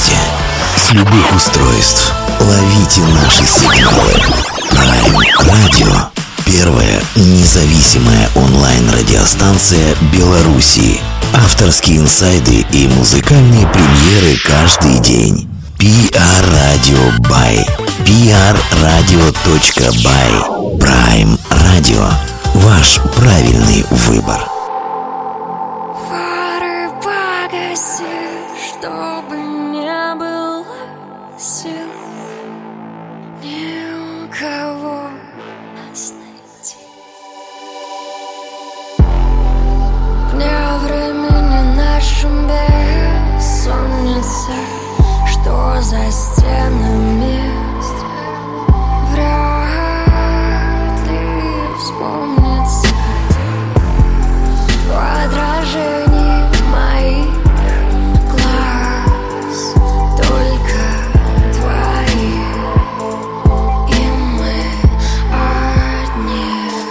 месте, с любых устройств. Ловите наши сигналы. Prime Radio. Первая независимая онлайн-радиостанция Беларуси. Авторские инсайды и музыкальные премьеры каждый день. PR Radio by prradio.by. Prime Radio. Ваш правильный выбор. Фары погаси, чтобы не было сил ни у кого нас найти. Вне времени нашим бессонница, что за стенами вряд ли вспомнится в отражении моих глаз только твои, и мы одни.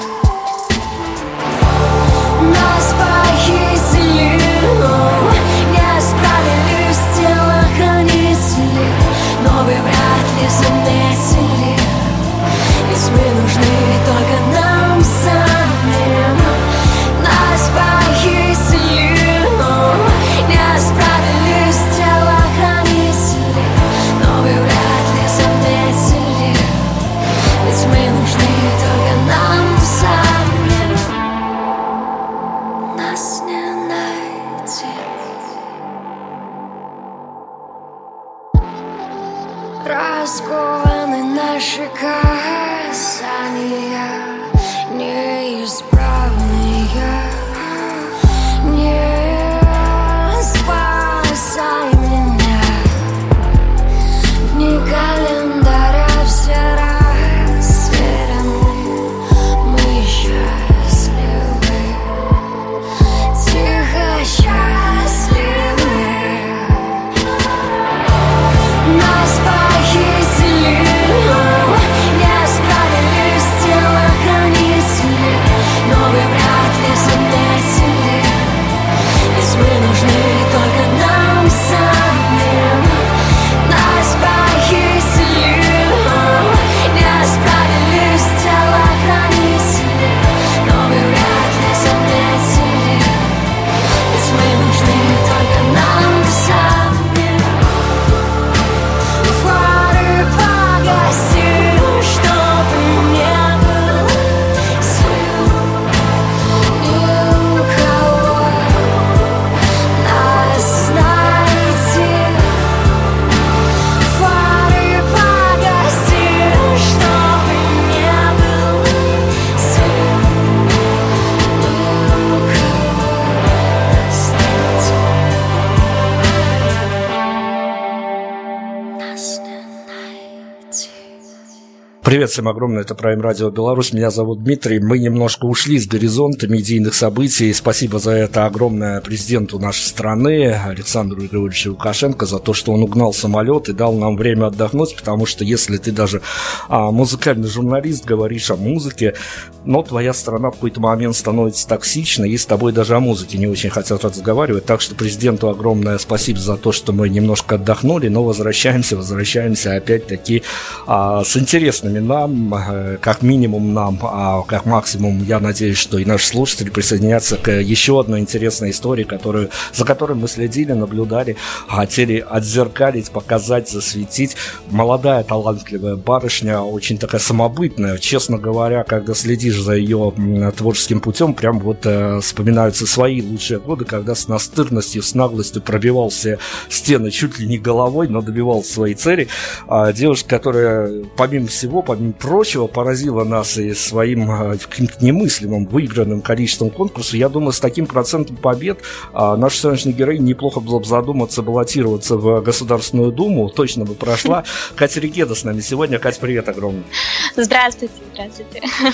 Нас похитили, не справились телохранители, но вы вряд ли заметили, ведь мы нужны только нам самим. Нас похитили, не справились телохранители, но вы вряд ли заметили, ведь мы нужны только нам самим. Нас не найти. Раскованы наши касания, неисправные. Не спасай меня, дни календаря все растеряны. Мы счастливы, тихо счастливы. Нас похитили, не справились телохранители, но вы вряд ли заметили, ведь мы нужны только нам самим. Нас похитили, не справились телохранители, но вы вряд ли заметили, ведь мы нужны только нам самим. Фары погаси, чтобы не было сил ни у кого нас найти. Фары погаси, чтобы не было сил ни у кого нас найти. Нас не найти. Привет всем огромное, это Prime Radio Беларусь, меня зовут Дмитрий. Мы немножко ушли с горизонта медийных событий. Спасибо за это огромное президенту нашей страны Александру Григорьевичу Лукашенко за то, что он угнал самолет и дал нам время отдохнуть, потому что если ты даже музыкальный журналист, говоришь о музыке, но твоя страна в какой-то момент становится токсичной, и с тобой даже о музыке не очень хотят разговаривать. Так что президенту огромное спасибо за то, что мы немножко отдохнули, но возвращаемся опять-таки с интересными нам, как минимум нам, а как максимум, я надеюсь, что и наши слушатели присоединятся к еще одной интересной истории, за которой мы следили, наблюдали, хотели отзеркалить, показать, засветить. Молодая, талантливая барышня, очень такая самобытная. Честно говоря, когда следишь за ее творческим путем, прям вот вспоминаются свои лучшие годы, когда с настырностью, с наглостью пробивал все стены чуть ли не головой, но добивался своей цели. Девушка, которая, помимо прочего, поразила нас и своим каким-то немыслимым выигранным количеством конкурсов. Я думаю, с таким процентом побед наша сегодняшняя героиня неплохо было бы задуматься, баллотироваться в Государственную Думу. Точно бы прошла. Катя Регеда с нами сегодня. Катя, привет огромный. Здравствуйте.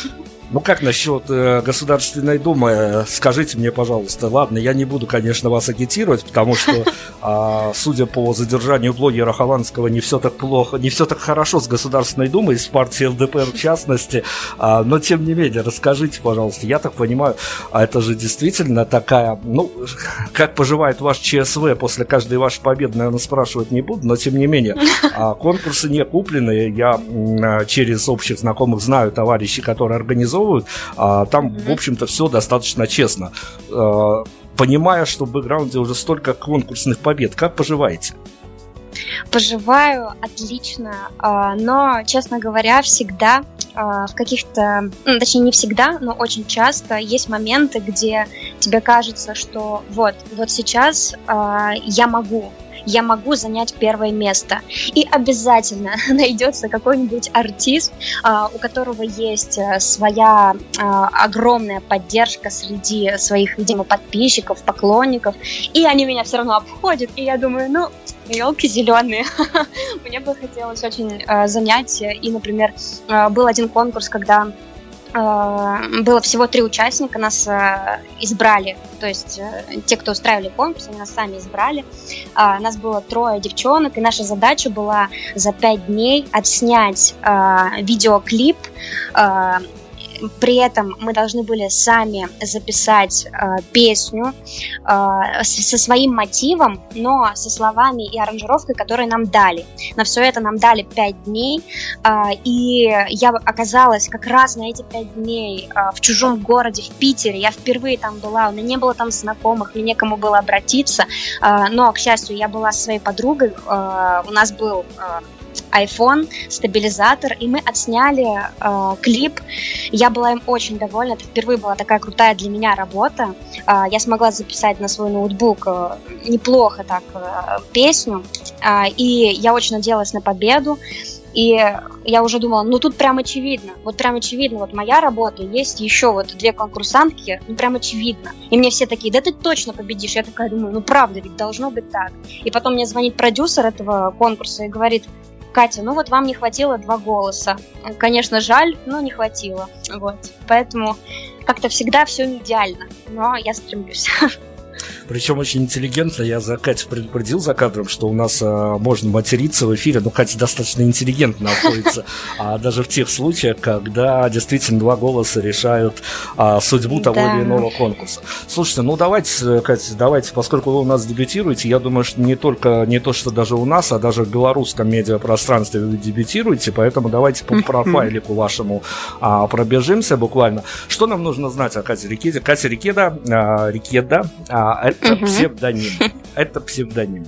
Ну как насчет Государственной Думы? Скажите мне, пожалуйста. Ладно, я не буду, конечно, вас агитировать, потому что, судя по задержанию блогера Хованского, не все так плохо, не все так хорошо с Государственной Думой, с партией ЛДПР в частности. Но тем не менее, расскажите, пожалуйста. Я так понимаю, это же действительно такая, ну, как поживает ваш ЧСВ после каждой вашей победы, наверное, спрашивать не буду, но тем не менее, конкурсы не купленные. Я через общих знакомых знаю товарищей, которые организовывают. Там, в общем-то, все достаточно честно. Понимая, что в бэкграунде уже столько конкурсных побед, как поживаете? Поживаю отлично, но, честно говоря, всегда в каких-то, точнее не всегда, но очень часто есть моменты, где тебе кажется, что вот сейчас я могу занять первое место. И обязательно найдется какой-нибудь артист, у которого есть своя огромная поддержка среди своих, видимо, подписчиков, поклонников, и они меня все равно обходят, и я думаю, ну, елки зеленые. Мне бы хотелось очень занять, и, например, был один конкурс, когда было всего 3 участника, нас избрали, то есть те, кто устраивали конкурс, они нас сами избрали. Нас было 3 девчонок, и наша задача была за 5 дней отснять видеоклип. При этом мы должны были сами записать песню со своим мотивом, но со словами и аранжировкой, которые нам дали. На все это нам дали 5 дней, и я оказалась как раз на эти 5 дней в чужом городе, в Питере. Я впервые там была, у меня не было там знакомых, мне некому было обратиться, но, к счастью, я была со своей подругой, у нас был iPhone, стабилизатор, и мы отсняли клип. Я была им очень довольна. Это впервые была такая крутая для меня работа. Я смогла записать на свой ноутбук неплохо так песню, и я очень надеялась на победу. И я уже думала, ну тут прям очевидно, вот моя работа, есть еще вот 2 конкурсантки, ну прям очевидно. И мне все такие, да ты точно победишь. Я такая думаю, ну правда, ведь должно быть так. И потом мне звонит продюсер этого конкурса и говорит: Катя, ну вот вам не хватило 2 голоса. Конечно, жаль, но не хватило. Вот. Поэтому как-то всегда все не идеально, но я стремлюсь. Причем очень интеллигентно. Я за Катю предупредил за кадром, что у нас можно материться в эфире, но Катя достаточно интеллигентно обходится, даже в тех случаях, когда действительно 2 голоса решают судьбу того или иного конкурса. Слушайте, ну давайте, Катя, поскольку вы у нас дебютируете, я думаю, что не то, что даже у нас, а даже в белорусском медиапространстве вы дебютируете, поэтому давайте по профайлику вашему пробежимся буквально. Что нам нужно знать о Кате Рикеде? Катя Рикеда, это псевдоним. Это псевдоним.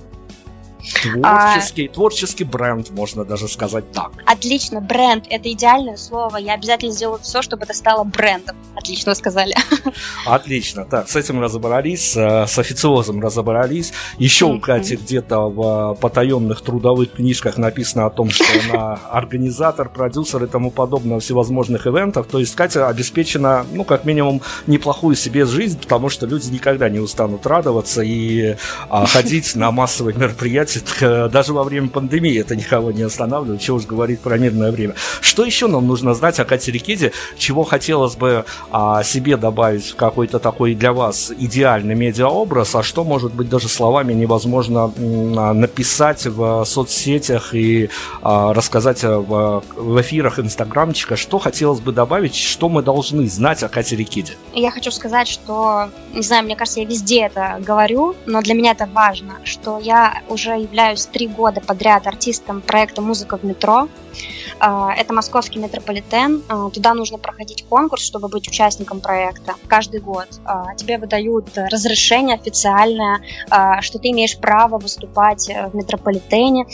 Творческий бренд, можно даже сказать так. Отлично, бренд, это идеальное слово. Я обязательно сделаю все, чтобы это стало брендом. Отлично сказали. Отлично, так, с этим разобрались, с официозом разобрались. Еще у Кати где-то в потаенных трудовых книжках написано о том, что она организатор, продюсер и тому подобное всевозможных ивентов. То есть Катя обеспечена, ну, как минимум, неплохую себе жизнь, потому что люди никогда не устанут радоваться и ходить на массовые мероприятия. Даже во время пандемии это никого не останавливает, чего уж говорить про мирное время. Что еще нам нужно знать о Кате Рикеде, чего хотелось бы себе добавить в какой-то такой для вас идеальный медиаобраз, а что, может быть, даже словами невозможно написать в соцсетях и рассказать в эфирах инстаграмчика, что хотелось бы добавить, что мы должны знать о Кате Рикеде? Я хочу сказать, что, не знаю, мне кажется, я везде это говорю, но для меня это важно, что я уже являюсь 3 года подряд артистом проекта «Музыка в метро». Это московский метрополитен. Туда нужно проходить конкурс, чтобы быть участником проекта каждый год. Тебе выдают разрешение официальное, что ты имеешь право выступать в метрополитене.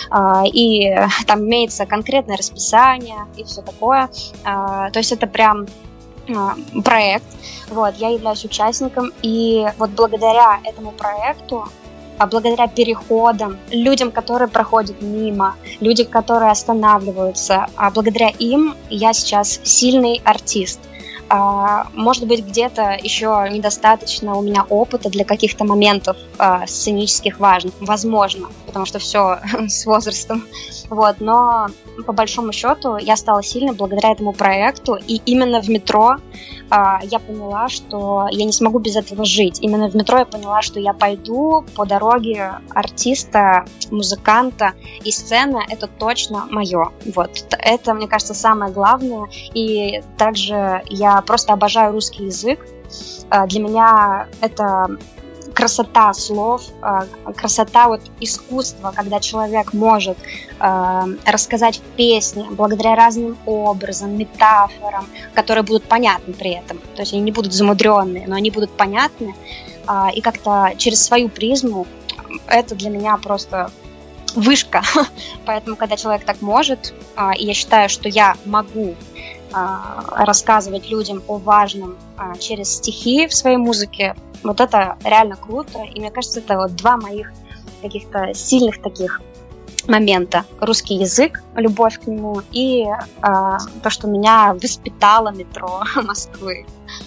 И там имеется конкретное расписание и все такое. То есть это прям проект. Вот, я являюсь участником. И вот благодаря этому проекту, благодаря переходам, людям, которые проходят мимо, люди, которые останавливаются, благодаря им я сейчас сильный артист. Может быть, где-то еще недостаточно у меня опыта для каких-то моментов сценических важных, возможно, потому что все с возрастом. Вот, но по большому счету я стала сильной благодаря этому проекту, и именно в метро я поняла, что я не смогу без этого жить. Именно в метро я поняла, что я пойду по дороге артиста, музыканта, и сцена — это точно мое. Вот, это, мне кажется, самое главное. И также я просто обожаю русский язык. Для меня это красота слов, красота вот искусства, когда человек может рассказать в песне благодаря разным образам, метафорам, которые будут понятны при этом. То есть они не будут замудренные, но они будут понятны. И как-то через свою призму это для меня просто вышка. Поэтому, когда человек так может, и я считаю, что я могу рассказывать людям о важном через стихи в своей музыке, вот это реально круто. И мне кажется, это вот два моих каких-то сильных таких момента. Русский язык, любовь к нему, и то, что меня воспитало метро Москвы.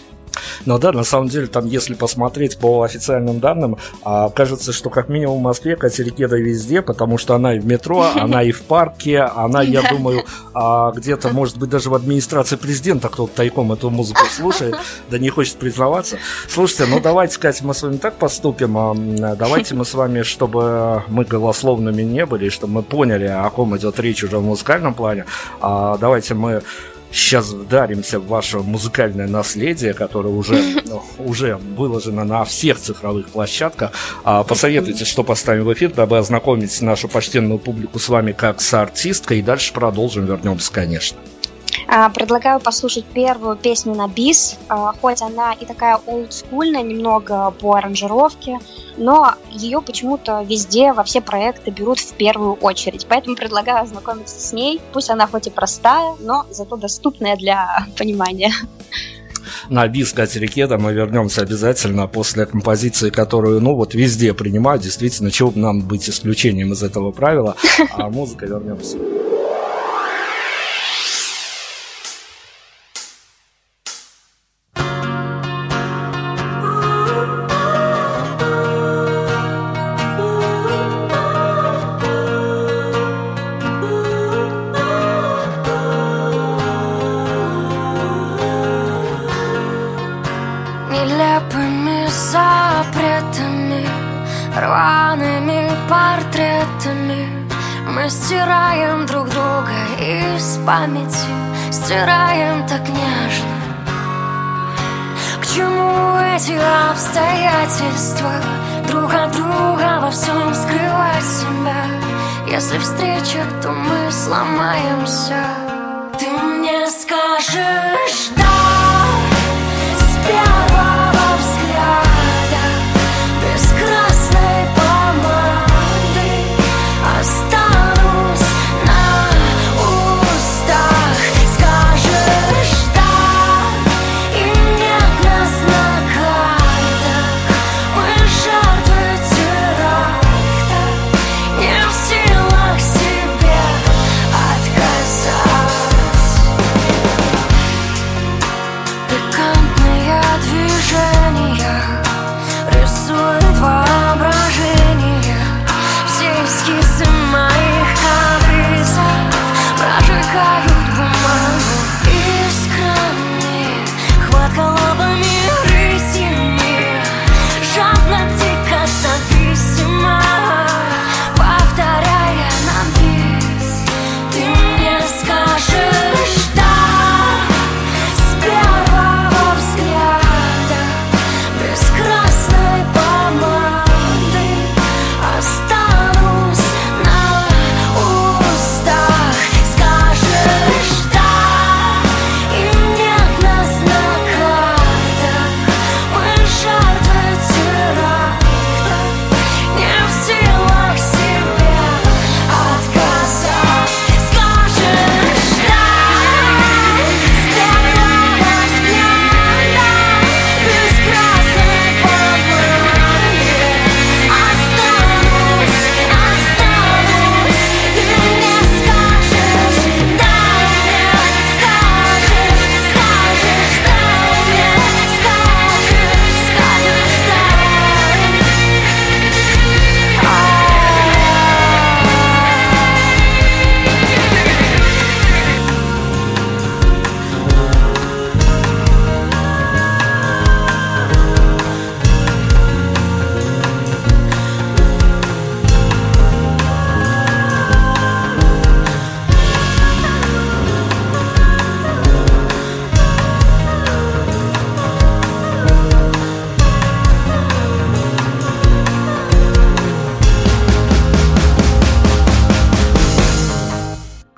Но да, на самом деле, там, если посмотреть по официальным данным, кажется, что как минимум в Москве Катя Рикеда везде, потому что она и в метро, она и в парке, она, я думаю, где-то, может быть, даже в администрации президента кто-то тайком эту музыку слушает, да не хочет признаваться. Слушайте, ну давайте, Катя, мы с вами так поступим, давайте мы с вами, чтобы мы голословными не были, чтобы мы поняли, о ком идет речь уже в музыкальном плане, давайте мы сейчас вдаримся в ваше музыкальное наследие, которое уже выложено на всех цифровых площадках. Посоветуйте, что поставим в эфир, дабы ознакомить нашу почтенную публику с вами как с артисткой. И дальше продолжим, вернемся, конечно. Предлагаю послушать первую песню на бис, хоть она и такая олдскульная немного по аранжировке, но ее почему-то везде, во все проекты берут в первую очередь. Поэтому предлагаю ознакомиться с ней. Пусть она хоть и простая, но зато доступная для понимания. На бис Катя Рикеда мы вернемся обязательно после композиции, которую, ну вот, везде принимают. Действительно, чего бы нам быть исключением из этого правила. А музыка, вернемся. Нелепыми запретами, рваными портретами мы стираем друг друга из памяти, стираем так нежно. К чему эти обстоятельства? Друг от друга во всем скрывать себя. Если встреча, то мы сломаемся. Ты мне скажешь «да» с первого взгляда, без красной помады останусь на устах. Скажешь «да» и нет нас на картах. Мы жертвы теракта, не в силах себе отказать.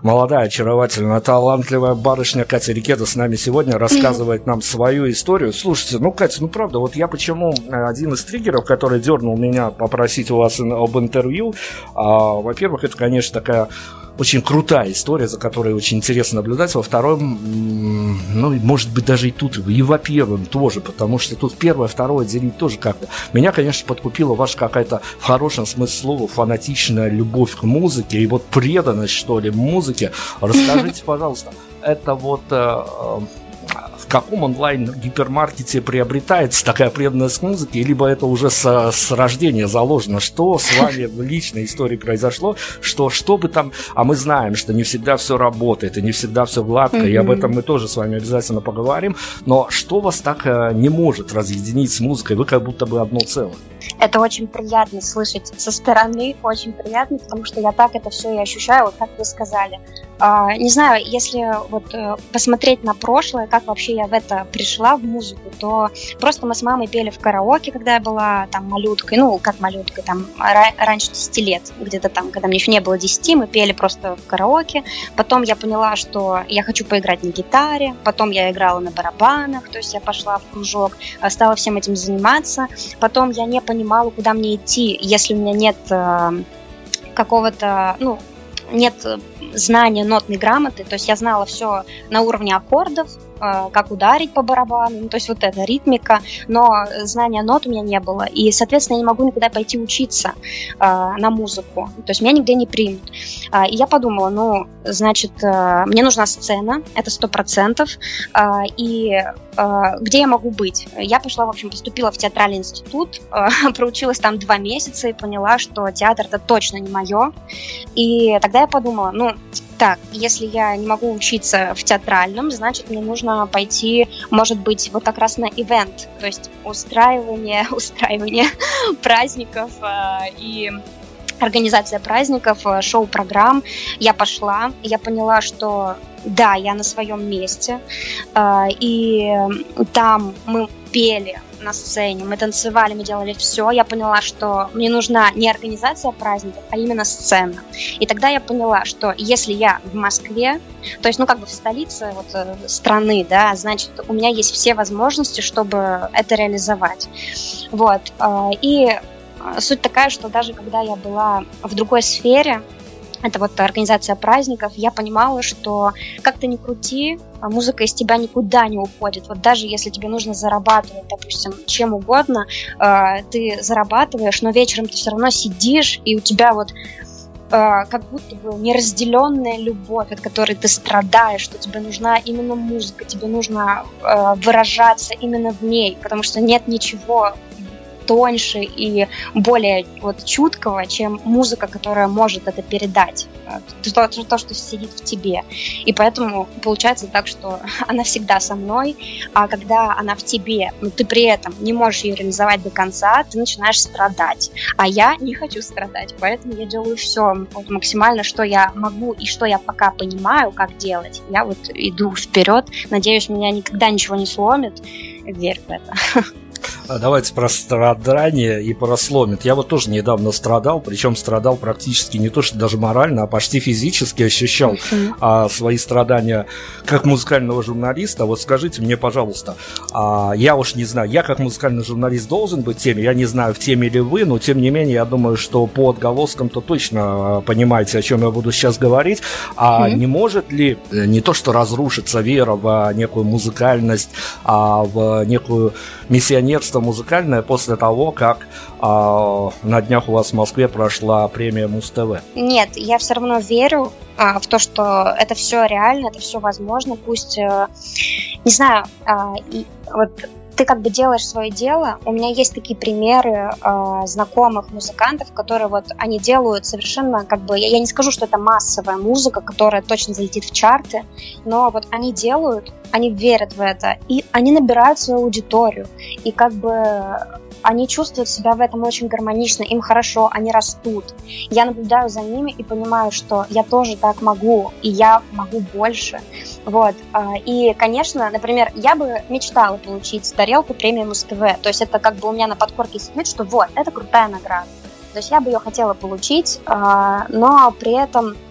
Молодая, очаровательная, талантливая барышня Катя Рикета с нами сегодня рассказывает нам свою историю. Слушайте, Катя, правда, вот я почему один из триггеров, который дернул меня попросить у вас об интервью, во-первых, это, конечно, такая очень крутая история, за которой очень интересно наблюдать. Во втором, может быть, даже и тут, и во первом тоже, потому что тут первое, второе делить тоже как-то. Меня, конечно, подкупила ваша какая-то, в хорошем смысле слова, фанатичная любовь к музыке и вот преданность, что ли, музыке. Расскажите, пожалуйста, это вот... в каком онлайн-гипермаркете приобретается такая преданность к музыке, либо это уже с рождения заложено? Что с вами в личной истории произошло? Что бы там... А мы знаем, что не всегда все работает, и не всегда все гладко, и об этом мы тоже с вами обязательно поговорим. Но что вас так не может разъединить с музыкой? Вы как будто бы одно целое. Это очень приятно слышать со стороны, очень приятно, потому что я так это все и ощущаю, вот как вы сказали. Не знаю, если вот посмотреть на прошлое, как вообще я в это пришла, в музыку, то просто мы с мамой пели в караоке, когда я была там малюткой, как малюткой, там раньше 10 лет, где-то там, когда мне еще не было 10, мы пели просто в караоке. Потом я поняла, что я хочу поиграть на гитаре, потом я играла на барабанах, то есть я пошла в кружок, стала всем этим заниматься. Потом я не понимала, куда мне идти, если у меня нет какого-то, нет знания нотной грамоты, то есть я знала все на уровне аккордов, как ударить по барабану, то есть вот эта ритмика, но знания нот у меня не было, и, соответственно, я не могу никуда пойти учиться на музыку, то есть меня нигде не примут. И я подумала, значит, мне нужна сцена, это 100%, и где я могу быть? Я пошла, в общем, поступила в театральный институт, проучилась там 2 месяца и поняла, что театр это точно не мое, и тогда я подумала, так, если я не могу учиться в театральном, значит, мне нужно пойти, может быть, вот как раз на ивент, то есть устраивание праздников и организация праздников, шоу-программ. Я пошла, я поняла, что да, я на своем месте, и там мы пели на сцене, мы танцевали, мы делали все. Я поняла, что мне нужна не организация праздников, а именно сцена. И тогда я поняла, что если я в Москве, то есть, в столице страны, да, значит, у меня есть все возможности, чтобы это реализовать. Вот. И суть такая, что даже когда я была в другой сфере, это организация праздников, я понимала, что как ты ни крути, музыка из тебя никуда не уходит. Вот даже если тебе нужно зарабатывать, допустим, чем угодно, ты зарабатываешь, но вечером ты все равно сидишь, и у тебя как будто бы неразделенная любовь, от которой ты страдаешь, что тебе нужна именно музыка, тебе нужно выражаться именно в ней, потому что нет ничего тоньше и более чуткого, чем музыка, которая может это передать, то, что сидит в тебе. И поэтому получается так, что она всегда со мной, а когда она в тебе, но ты при этом не можешь ее реализовать до конца, ты начинаешь страдать. А я не хочу страдать, поэтому я делаю все максимально, что я могу и что я пока понимаю, как делать. Я иду вперед, надеюсь, меня никогда ничего не сломит, верю в это. Давайте про страдания и про сломит. Я тоже недавно страдал, причем страдал практически не то, что даже морально, а почти физически ощущал свои страдания как музыкального журналиста. Вот скажите мне, пожалуйста, я уж не знаю, я как музыкальный журналист должен быть в теме, я не знаю, в теме ли вы, но тем не менее, я думаю, что по отголоскам-то точно понимаете, о чем я буду сейчас говорить. Не может ли не то, что разрушится вера в некую музыкальность, а в некую миссионерство музыкальное после того, как на днях у вас в Москве прошла премия Муз-ТВ? Нет, я все равно верю в то, что это все реально, это все возможно. Пусть, не знаю, ты делаешь свое дело. У меня есть такие примеры знакомых музыкантов, которые они делают совершенно я не скажу, что это массовая музыка, которая точно залетит в чарты, но они делают, они верят в это, и они набирают свою аудиторию, и они чувствуют себя в этом очень гармонично, им хорошо, они растут. Я наблюдаю за ними и понимаю, что я тоже так могу, и я могу больше. И, конечно, например, я бы мечтала получить тарелку премии Муз-ТВ. То есть это у меня на подкорке сидит, что это крутая награда. То есть я бы ее хотела получить, но при этом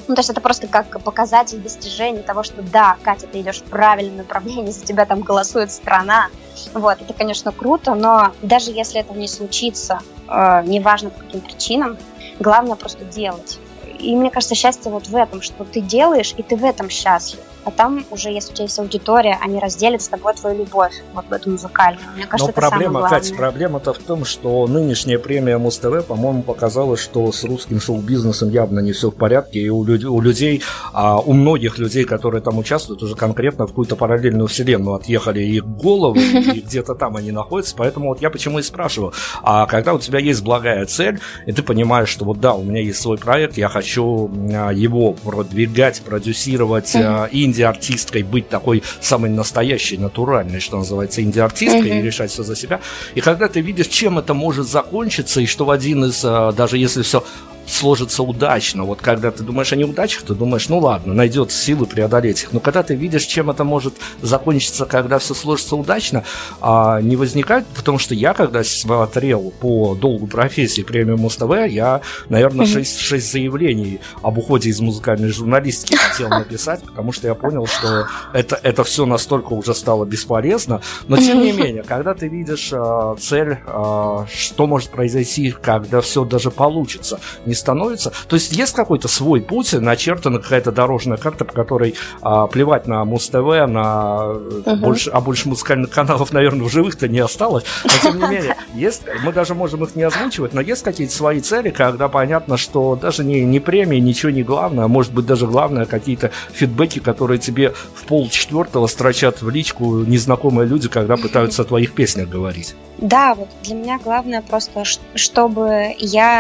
Ну, то есть это просто как показатель достижения того, что да, Катя, ты идешь в правильном направлении, за тебя там голосует страна. Вот, это, конечно, круто, но даже если этого не случится, неважно по каким причинам, главное просто делать. И мне кажется, счастье вот в этом, что ты делаешь, и ты в этом счастлив. А там уже, если у тебя есть аудитория, они разделят с тобой твою любовь, вот в эту музыкальную. Мне кажется, но это самое проблема, главное. Катя, проблема-то в том, что нынешняя премия Муз-ТВ, по-моему, показала, что с русским шоу-бизнесом явно не все в порядке, и у людей, у многих людей, которые там участвуют, уже конкретно в какую-то параллельную вселенную отъехали их головы, и где-то там они находятся, поэтому вот я почему и спрашиваю, а когда у тебя есть благая цель, и ты понимаешь, что вот да, у меня есть свой проект, я хочу его продвигать, продюсировать, инди-артисткой, быть такой самой настоящей, натуральной, что называется, инди-артисткой, и решать все за себя. И когда ты видишь, чем это может закончиться, и что в один из, даже если все сложится удачно, вот когда ты думаешь о неудачах, ты думаешь, ну ладно, найдется силы преодолеть их. Но когда ты видишь, чем это может закончиться, когда все сложится удачно, не возникает, потому что я, когда смотрел по долгу профессии премию Муз-ТВ, я, наверное, 6 заявлений об уходе из музыкальной журналистики хотел написать, потому что я понял, что это все настолько уже стало бесполезно. Но тем не менее, когда ты видишь цель, что может произойти, когда все даже получится, не становится. То есть есть какой-то свой путь, начертана какая-то дорожная карта, по которой плевать на Муз-ТВ, больше музыкальных каналов, наверное, в живых-то не осталось. Но тем не менее, есть, мы даже можем их не озвучивать, но есть какие-то свои цели, когда понятно, что даже не премии, ничего не главное, а может быть даже главное какие-то фидбэки, которые тебе в 3:30 строчат в личку незнакомые люди, когда пытаются о твоих песнях говорить. Да, вот для меня главное просто, чтобы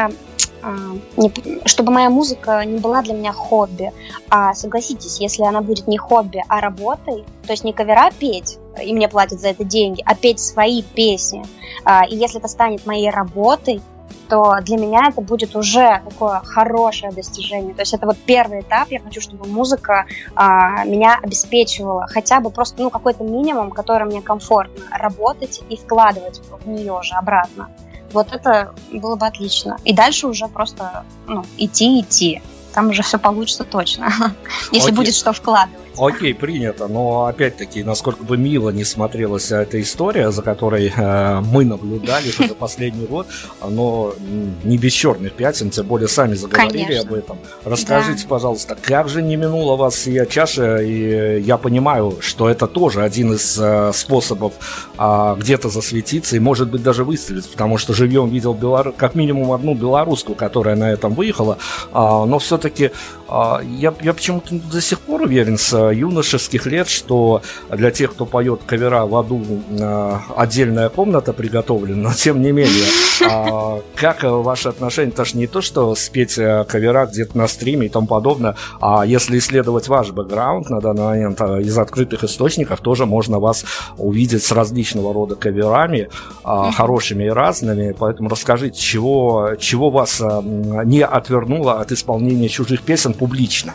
чтобы моя музыка не была для меня хобби. А согласитесь, если она будет не хобби, а работой, то есть не кавера петь, и мне платят за это деньги, а петь свои песни, и если это станет моей работой, то для меня это будет уже такое хорошее достижение. То есть это вот первый этап. Я хочу, чтобы музыка меня обеспечивала хотя бы просто какой-то минимум, который мне комфортно работать и вкладывать в нее же обратно. Вот это было бы отлично. И дальше уже просто идти. Там уже все получится точно, если будет что вкладывать. Окей, принято, но опять-таки, насколько бы мило не смотрелась эта история, за которой мы наблюдали за последний год, но не без черных пятен, тем более сами заговорили Конечно. Об этом. Расскажите, пожалуйста, как же не минула вас сия чаша, и я понимаю, что это тоже один из способов где-то засветиться и, может быть, даже выстрелить, потому что живьем видел как минимум одну белорусскую, которая на этом выехала, но все-таки я почему-то до сих пор уверен с юношеских лет, что для тех, кто поет кавера в аду, отдельная комната приготовлена, но тем не менее, как ваши отношения, это же не то, что спеть кавера где-то на стриме и тому подобное, а если исследовать ваш бэкграунд на данный момент из открытых источников, тоже можно вас увидеть с различного рода каверами, хорошими и разными, поэтому расскажите, чего вас не отвернуло от исполнения чужих песен публично?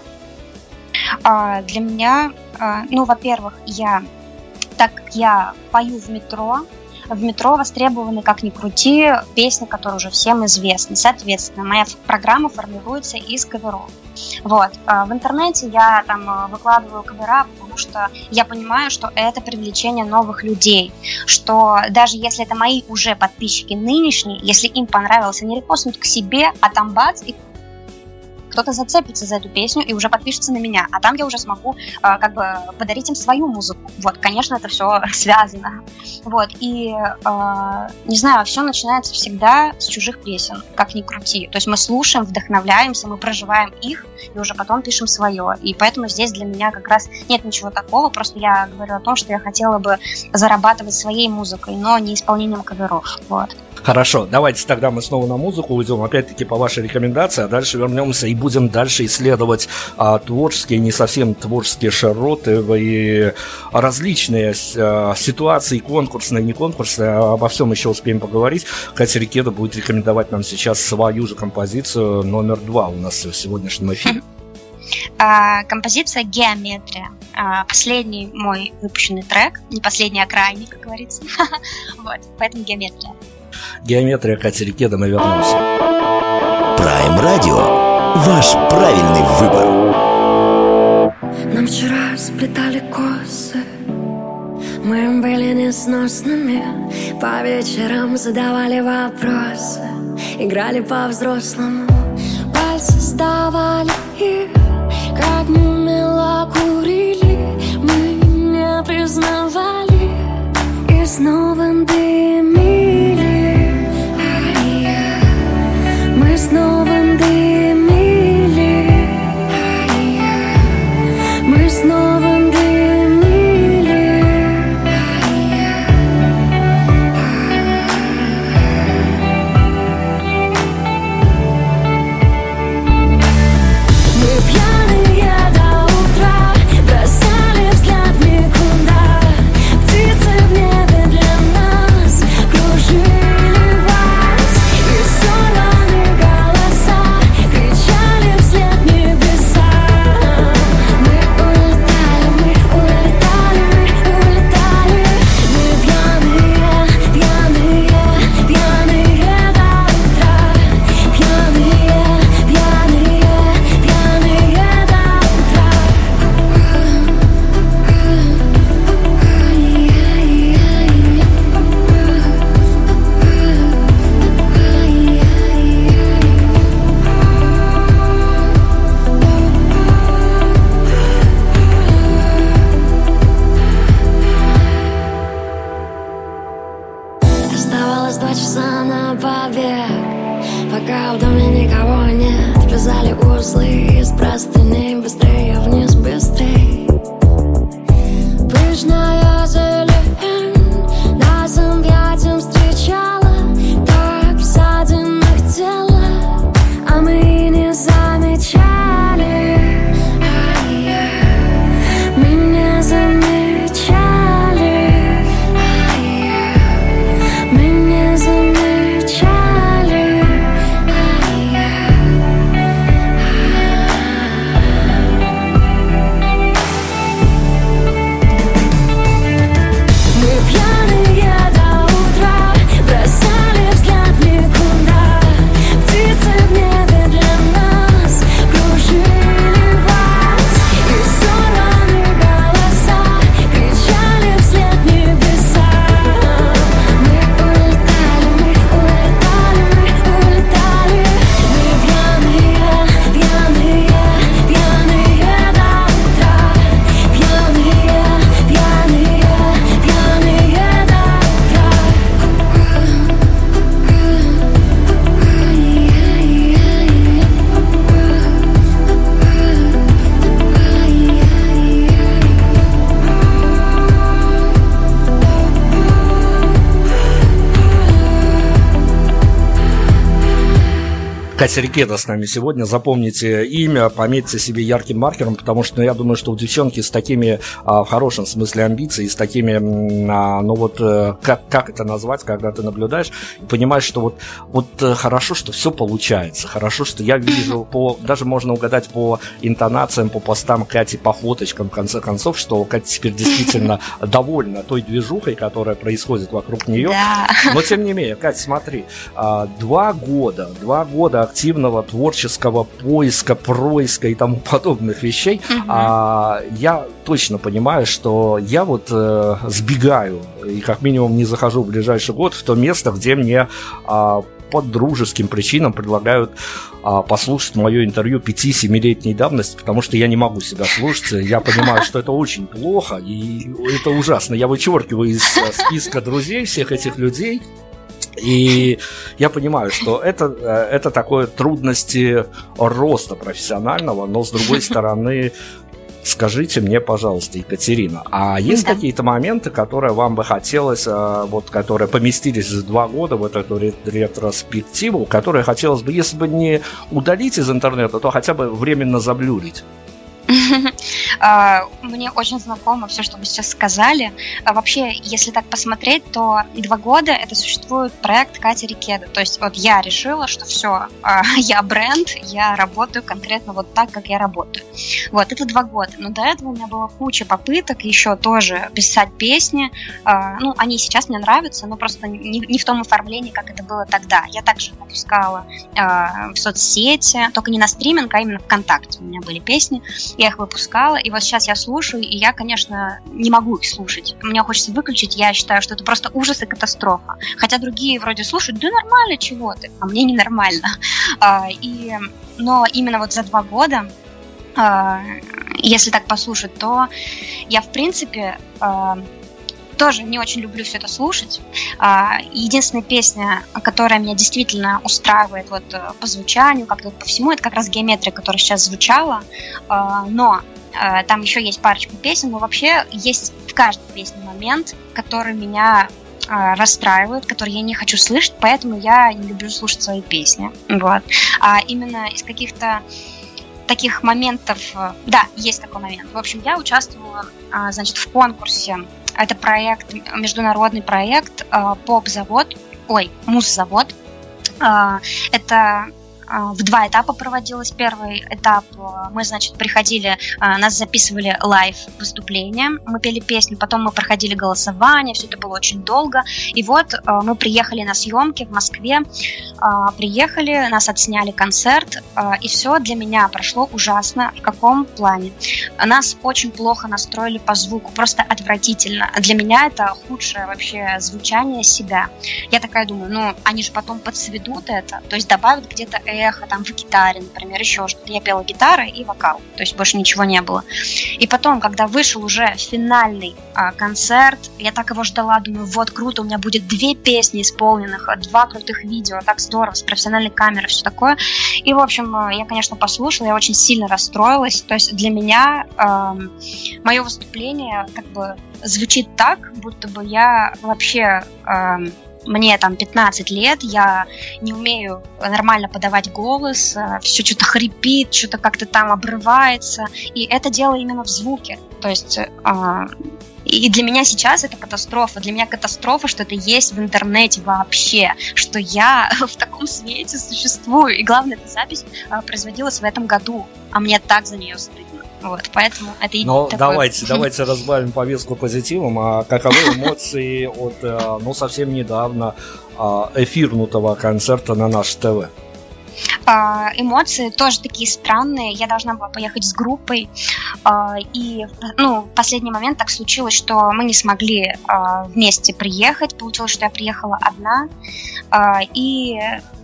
Для меня, во-первых, так как я пою в метро востребованы, как ни крути, песни, которые уже всем известны. Соответственно, моя программа формируется из каверов. Вот. В интернете я там выкладываю кавера, потому что я понимаю, что это привлечение новых людей, что даже если это мои уже подписчики нынешние, если им понравилось, они репостнут к себе, а там бац, и кто-то зацепится за эту песню и уже подпишется на меня, а там я уже смогу подарить им свою музыку. Вот, конечно, это все связано. Вот, и, не знаю, все начинается всегда с чужих песен, как ни крути. То есть мы слушаем, вдохновляемся, мы проживаем их, и уже потом пишем свое. И поэтому здесь для меня как раз нет ничего такого, просто я говорю о том, что я хотела бы зарабатывать своей музыкой, но не исполнением каверов. Вот. Хорошо, давайте тогда мы снова на музыку уйдем, опять-таки по вашей рекомендации, а дальше вернемся и будем дальше исследовать творческие, не совсем творческие широты и различные ситуации, конкурсные, не конкурсные, обо всем еще успеем поговорить. Катя Рикеда будет рекомендовать нам сейчас свою же композицию номер 2 у нас в сегодняшнем эфире. Композиция «Геометрия». Последний мой выпущенный трек, не последний, а крайний, как говорится. Вот, поэтому «Геометрия». «Геометрия», Катя Рикеда, мы вернемся. Prime Radio. Ваш правильный выбор. Нам вчера сплетали косы, мы были несносными. По вечерам задавали вопросы, играли по-взрослому. Пальцы сдавали их, как неумело курили. Мы не признавали и снова дымили. Мы снова дымили. Мы снова Катя Рикетта с нами сегодня. Запомните имя, пометьте себе ярким маркером, потому что я думаю, что у девчонки с такими, в хорошем смысле, амбиций, с такими, как это назвать, когда ты наблюдаешь и понимаешь, что вот хорошо, что все получается, хорошо, что я вижу, даже можно угадать по интонациям, по постам Кати, по фоточкам, в конце концов, что Катя теперь действительно довольна той движухой, которая происходит вокруг нее. Да. Но тем не менее, Катя, смотри, 2 года активного творческого поиска, происка и тому подобных вещей, я точно понимаю, что я сбегаю и как минимум не захожу в ближайший год в то место, где мне по дружеским причинам предлагают послушать мое интервью 5-7-летней давности, потому что я не могу себя слушать. Я понимаю, что это очень плохо, и это ужасно. Я вычеркиваю из списка друзей всех этих людей. И я понимаю, что это такое трудности роста профессионального, но с другой стороны, скажите мне, пожалуйста, Екатерина, а есть какие-то моменты, которые вам бы хотелось, которые поместились за 2 года в эту ретроспективу, которые хотелось бы, если бы не удалить из интернета, то хотя бы временно заблюрить? Мне очень знакомо все, что вы сейчас сказали. Вообще, если так посмотреть, то 2 года это существует проект Катя Рикеда. То есть вот я решила, что все, я бренд, я работаю конкретно вот так, как я работаю. Вот, это 2 года. Но до этого у меня была куча попыток еще тоже писать песни. Они сейчас мне нравятся, но просто не в том оформлении, как это было тогда. Я также выпускала в соцсети, только не на стриминг, а именно ВКонтакте. У меня были песни, я их выпускала, и вот сейчас я слушаю, и я, конечно, не могу их слушать. Мне хочется выключить, я считаю, что это просто ужас и катастрофа. Хотя другие вроде слушают, да нормально, чего ты, а мне ненормально. Но именно вот за 2 года, если так послушать, то я, в принципе, тоже не очень люблю все это слушать. Единственная песня, которая меня действительно устраивает вот по звучанию, как-то по всему, это как раз «Геометрия», которая сейчас звучала. Но там еще есть парочку песен, но вообще есть в каждой песне момент, который меня расстраивает, который я не хочу слышать, поэтому я не люблю слушать свои песни. Вот. А именно из каких-то таких моментов... Да, есть такой момент. В общем, я участвовала, значит, в конкурсе. Это проект, международный проект Муз-завод. Это в 2 этапа проводилось. Первый этап мы, значит, приходили, нас записывали лайв выступления, мы пели песню, потом мы проходили голосование, все это было очень долго. И вот мы приехали на съемки в Москве, приехали, нас отсняли концерт, и все для меня прошло ужасно. В каком плане? Нас очень плохо настроили по звуку, просто отвратительно. Для меня это худшее вообще звучание себя. Я такая думаю, они же потом подсведут это, то есть добавят где-то эхо, там в гитаре, например, еще что-то. Я пела гитара и вокал, то есть больше ничего не было. И потом, когда вышел уже финальный концерт, я так его ждала, думаю, вот круто, у меня будет 2 песни исполненных, 2 крутых видео, так здорово, с профессиональной камерой, все такое. И, в общем, я, конечно, послушала, я очень сильно расстроилась. То есть для меня мое выступление как бы звучит так, будто бы я вообще... Мне там 15 лет, я не умею нормально подавать голос, все что-то хрипит, что-то как-то там обрывается, и это дело именно в звуке. То есть и для меня сейчас это катастрофа. Для меня катастрофа, что это есть в интернете вообще, что я в таком свете существую. И главное, эта запись производилась в этом году, а мне так за нее стыдно. Вот, поэтому это Но такое... давайте разбавим повестку позитивом. А каковы эмоции от, совсем недавно эфирнутого концерта на Наше ТВ? Эмоции тоже такие странные. Я должна была поехать с группой, и в последний момент так случилось, что мы не смогли вместе приехать. Получилось, что я приехала одна, и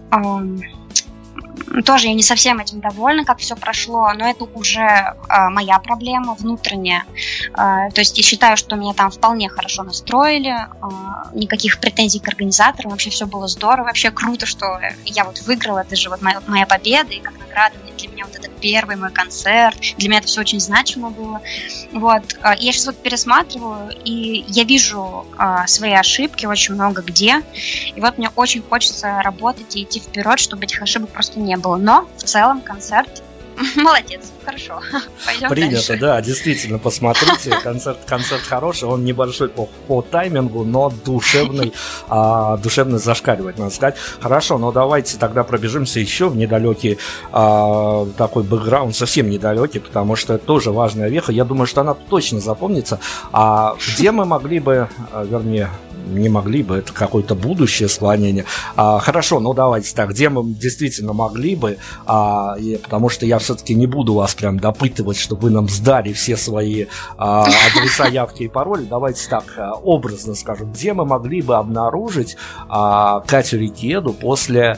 тоже я не совсем этим довольна, как все прошло, но это уже моя проблема внутренняя. То есть я считаю, что меня там вполне хорошо настроили, никаких претензий к организаторам, вообще все было здорово, вообще круто, что я вот выиграла, это же вот моя победа, и как награда для меня вот это первый мой концерт, для меня это все очень значимо было. Вот. Я сейчас вот пересматриваю, и я вижу свои ошибки очень много где, и вот мне очень хочется работать и идти вперед, чтобы этих ошибок просто не было. Но в целом концерт молодец, хорошо. Пойдем принято, дальше. Да, действительно, посмотрите, концерт хороший, он небольшой по таймингу, но душевный зашкаливает, надо сказать. Хорошо, но давайте тогда пробежимся еще в недалекий такой бэкграунд, совсем недалекий, потому что это тоже важная веха. Я думаю, что она точно запомнится. Где мы могли бы, вернее, не могли бы, это какое-то будущее склонение. Хорошо, давайте так, где мы действительно могли бы, потому что я все-таки не буду вас прям допытывать, чтобы вы нам сдали все свои адреса, явки и пароли. Давайте так, образно скажем, где мы могли бы обнаружить Катю Рикеду после...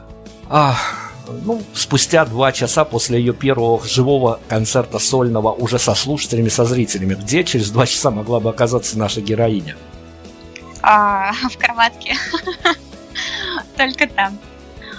спустя 2 часа после ее первого живого концерта сольного уже со слушателями, со зрителями. Где через 2 часа могла бы оказаться наша героиня? В кроватке. Только там.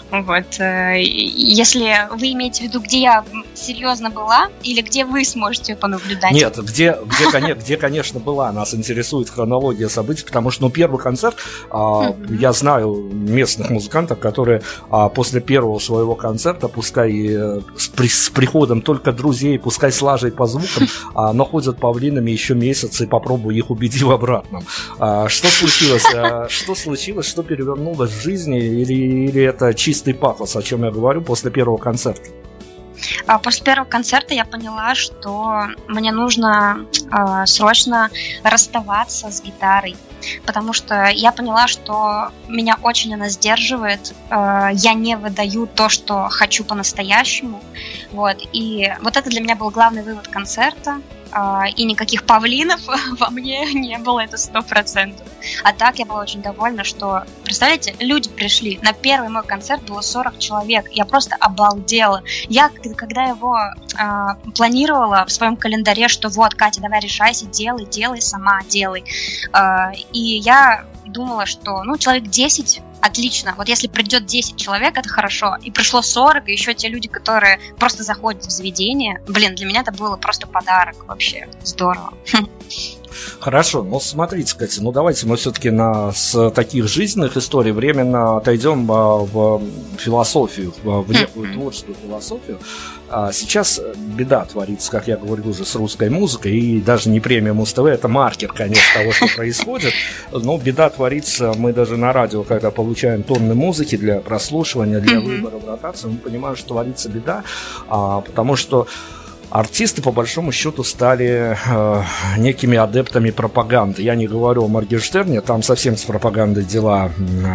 Вот. Если вы имеете в виду, где я серьезно была, или где вы сможете понаблюдать? Нет, где, конечно, была. Нас интересует хронология событий, потому что, первый концерт, я знаю местных музыкантов, которые после первого своего концерта, пускай с приходом только друзей, пускай с лажей по звукам, но ходят павлинами еще месяц, и попробую их убедить в обратном. Что случилось? Что перевернулось в жизни, или это чистый пафос, о чем я говорю, после первого концерта? После первого концерта я поняла, что мне нужно срочно расставаться с гитарой, потому что я поняла, что меня очень она сдерживает, я не выдаю то, что хочу по-настоящему, вот, и вот это для меня был главный вывод концерта. И никаких павлинов во мне не было, это 100%. А так я была очень довольна, что, представляете, люди пришли. На первый мой концерт было 40 человек. Я просто обалдела. Я, когда его планировала в своем календаре, что вот, Катя, давай решайся, делай, сама делай. И я думала, что, человек 10 отлично. Вот если придет 10 человек, это хорошо. И пришло 40, и еще те люди, которые просто заходят в заведение. Блин, для меня это было просто подарок вообще. Здорово. Хорошо, смотрите, Катя, давайте мы все-таки с таких жизненных историй временно отойдем в философию, в некую творческую философию. Сейчас беда творится, как я говорю, уже с русской музыкой, и даже не премия Муз-ТВ, это маркер, конечно, того, что происходит, но беда творится, мы даже на радио, когда получаем тонны музыки для прослушивания, для выбора в ротацию, мы понимаем, что творится беда, потому что артисты, по большому счету, стали некими адептами пропаганды. Я не говорю о Моргенштерне, там совсем с пропагандой дела,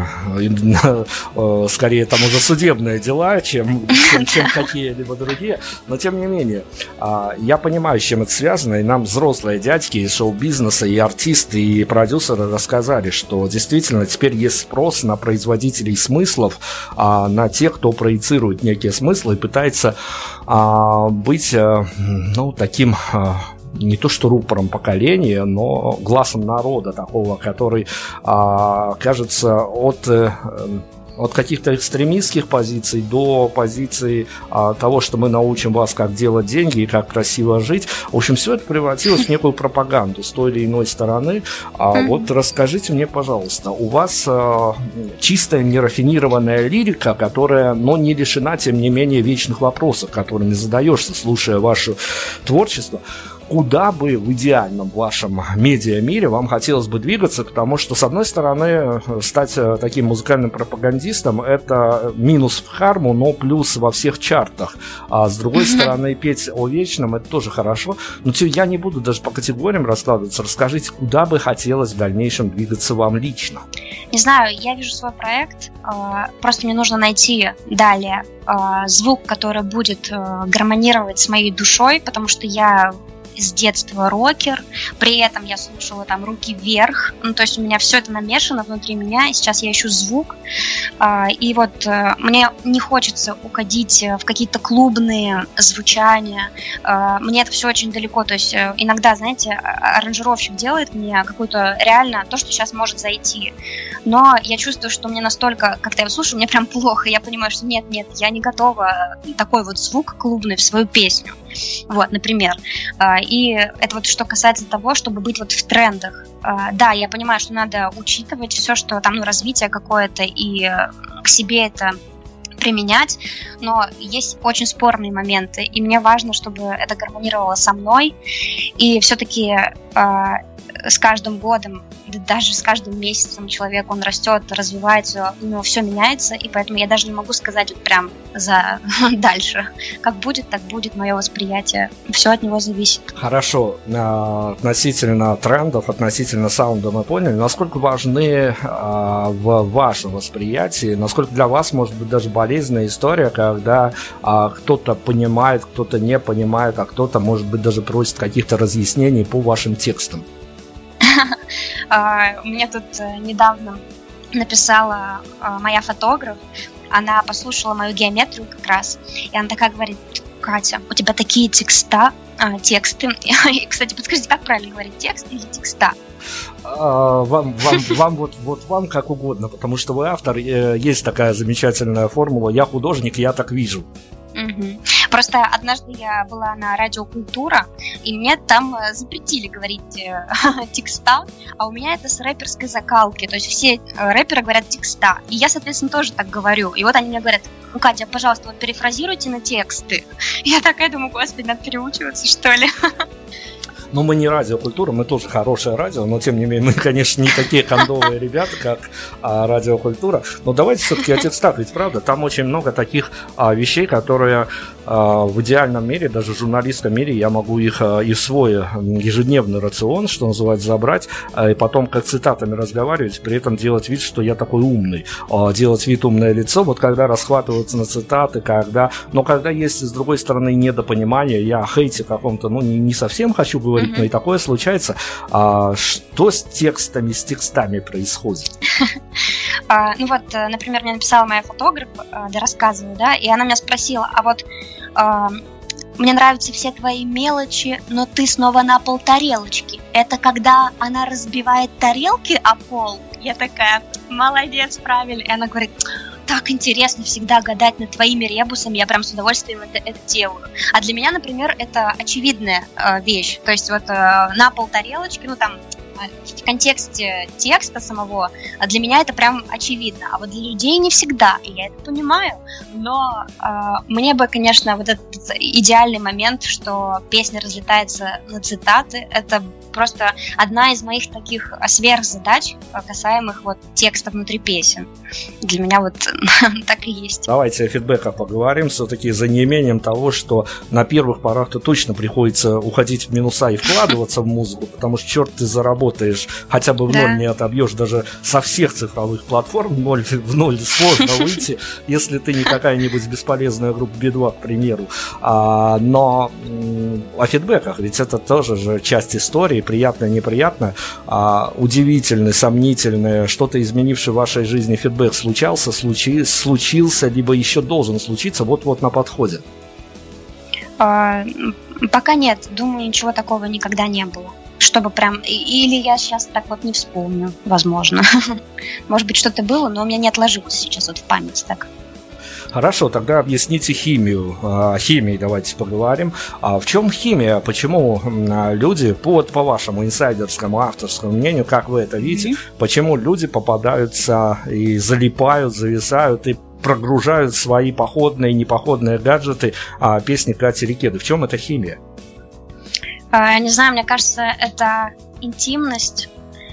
скорее там уже судебные дела, чем какие-либо другие. Но, тем не менее, я понимаю, с чем это связано, и нам взрослые дядьки из шоу-бизнеса, и артисты, и продюсеры рассказали, что действительно теперь есть спрос на производителей смыслов, на тех, кто проецирует некие смыслы и пытается быть таким не то что рупором поколения, но глазом народа такого, который, кажется, от каких-то экстремистских позиций до позиций того, что мы научим вас, как делать деньги и как красиво жить. В общем, все это превратилось в некую пропаганду с той или иной стороны. Вот расскажите мне, пожалуйста, у вас чистая, нерафинированная лирика, которая, не лишена, тем не менее, вечных вопросов, которыми задаешься, слушая ваше творчество. Куда бы в идеальном вашем медиамире вам хотелось бы двигаться, потому что, с одной стороны, стать таким музыкальным пропагандистом – это минус в харму, но плюс во всех чартах. А с другой стороны, петь о вечном – это тоже хорошо. Но я не буду даже по категориям раскладываться. Расскажите, куда бы хотелось в дальнейшем двигаться вам лично? Не знаю, я вижу свой проект. Просто мне нужно найти далее звук, который будет гармонировать с моей душой, потому что я с детства рокер, при этом я слушала там «Руки вверх», то есть у меня все это намешано внутри меня, и сейчас я ищу звук, и вот мне не хочется уходить в какие-то клубные звучания, мне это все очень далеко, то есть иногда, знаете, аранжировщик делает мне какую-то реально то, что сейчас может зайти, но я чувствую, что мне настолько, когда я слушаю, мне прям плохо, я понимаю, что нет, я не готова такой вот звук клубный в свою песню, вот, например. И это вот что касается того, чтобы быть вот в трендах. Да, я понимаю, что надо учитывать все, что там, развитие какое-то, и к себе это применять, но есть очень спорные моменты, и мне важно, чтобы это гармонировало со мной, и все-таки с каждым годом, даже с каждым месяцем человек, он растет, развивается, у него все меняется, и поэтому я даже не могу сказать вот прям за дальше. Как будет, так будет мое восприятие. Все от него зависит. Хорошо. Относительно трендов, относительно саунда мы поняли. Насколько важны в вашем восприятии, насколько для вас может быть даже болезненная история, когда кто-то понимает, кто-то не понимает, а кто-то, может быть, даже просит каких-то разъяснений по вашим текстам? Мне тут недавно написала моя фотограф, она послушала мою геометрию как раз, и она такая говорит: Катя, у тебя такие тексты. И, кстати, подскажите, как правильно говорить, текст или текста? Вам как угодно, потому что вы автор, есть такая замечательная формула «я художник, я так вижу». Угу. Просто однажды я была на радио «Культура», и мне там запретили говорить текста, а у меня это с рэперской закалки, то есть все рэперы говорят текста, и я, соответственно, тоже так говорю. И вот они мне говорят: ну, Катя, пожалуйста, вот перефразируйте на тексты. Я такая думаю: господи, надо переучиваться, что ли? Ну, мы не радиокультура, мы тоже хорошее радио, но, тем не менее, мы, конечно, не такие кондовые ребята, как радиокультура. Но давайте все-таки о текстах, ведь правда, там очень много таких вещей, которые в идеальном мире, даже в журналистском мире, я могу их и в свой ежедневный рацион, что называется, забрать, и потом как цитатами разговаривать, при этом делать вид, что я такой умный, делать вид умное лицо, вот когда расхватываются на цитаты, но когда есть, с другой стороны, недопонимание, я о хейте каком-то, не совсем хочу говорить, но и такое случается. Что с текстами происходит? Ну вот, например, мне написала моя фотограф, рассказываю, да, и она меня спросила: а вот мне нравятся все твои мелочи, но ты снова на пол тарелочки. Это когда она разбивает тарелки о пол? Я такая: молодец, правильно. И она говорит: так интересно всегда гадать над твоими ребусами, я прям с удовольствием это делаю. А для меня, например, это очевидная вещь. То есть вот на пол тарелочки, в контексте текста самого, для меня это прям очевидно. А вот для людей не всегда, и я это понимаю. Но мне бы, конечно, вот этот идеальный момент, что песня разлетается на цитаты, это просто одна из моих таких сверхзадач, касаемых вот текста внутри песен. Для меня вот так и есть. Давайте о фидбэках поговорим, все-таки за неимением того, что на первых порах-то точно приходится уходить в минуса и вкладываться в музыку, потому что черт ты заработаешь, хотя бы в ноль не отобьешь, даже со всех цифровых платформ в ноль сложно выйти, если ты не какая-нибудь бесполезная группа Би-2, к примеру. Но о фидбэках, ведь это тоже же часть истории, приятное, неприятное, удивительное, сомнительное, что-то изменившее в вашей жизни фидбэк случился, либо еще должен случиться, вот-вот на подходе? Пока нет, думаю, ничего такого никогда не было. Чтобы прям... Или я сейчас так вот не вспомню, возможно. Может быть, что-то было, но у меня не отложилось сейчас вот в памяти так. Хорошо, тогда объясните химию. О химии давайте поговорим. В чем химия? Почему люди, по вашему инсайдерскому, авторскому мнению, как вы это видите, почему люди попадаются и залипают, зависают и прогружают свои походные и непоходные гаджеты песни Кати Рикеды? В чем эта химия? Не знаю, мне кажется, это интимность.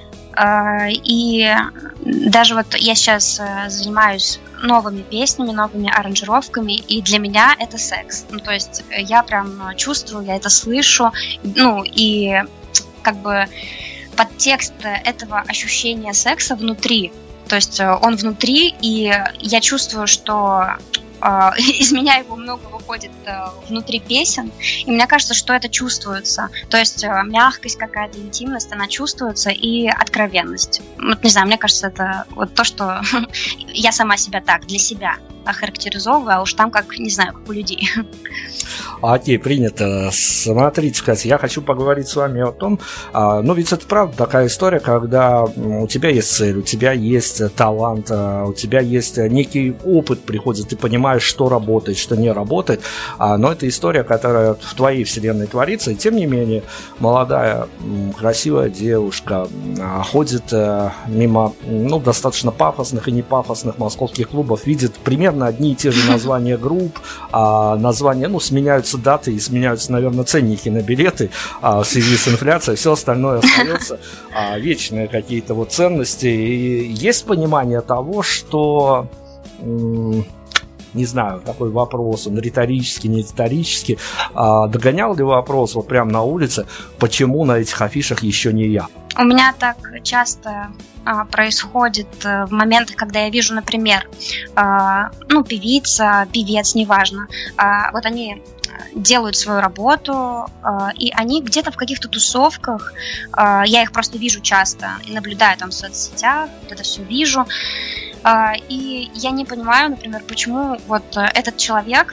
И даже вот я сейчас занимаюсь новыми песнями, новыми аранжировками, и для меня это секс. То есть я прям чувствую, я это слышу, и как бы подтекст этого ощущения секса внутри. То есть он внутри, и я чувствую, что из меня его много выходит внутри песен, и мне кажется, что это чувствуется. То есть мягкость какая-то, интимность, она чувствуется, и откровенность. Вот не знаю, мне кажется, это вот то, что я сама себя так, для себя охарактеризовываю, а уж там как, не знаю, как у людей. Окей, принято. Смотрите, Катя, я хочу поговорить с вами о том, ведь это правда такая история, когда у тебя есть цель, у тебя есть талант, у тебя есть некий опыт, приходит, ты понимаешь, что работает, что не работает, но это история, которая в твоей вселенной творится, и тем не менее молодая, красивая девушка ходит мимо, достаточно пафосных и непафосных московских клубов, видит примерно одни и те же названия групп, названия, сменяются даты и сменяются, наверное, ценники на билеты в связи с инфляцией, все остальное остается, вечные какие-то вот ценности. И есть понимание того, что, не знаю, такой вопрос, он риторический, не риторический, догонял ли вопрос вот прямо на улице, почему на этих афишах еще не я? У меня так часто происходит в моментах, когда я вижу, например, певица, певец, неважно, вот они делают свою работу, и они где-то в каких-то тусовках, я их просто вижу часто и наблюдаю там в соцсетях, вот это все вижу, и я не понимаю, например, почему вот этот человек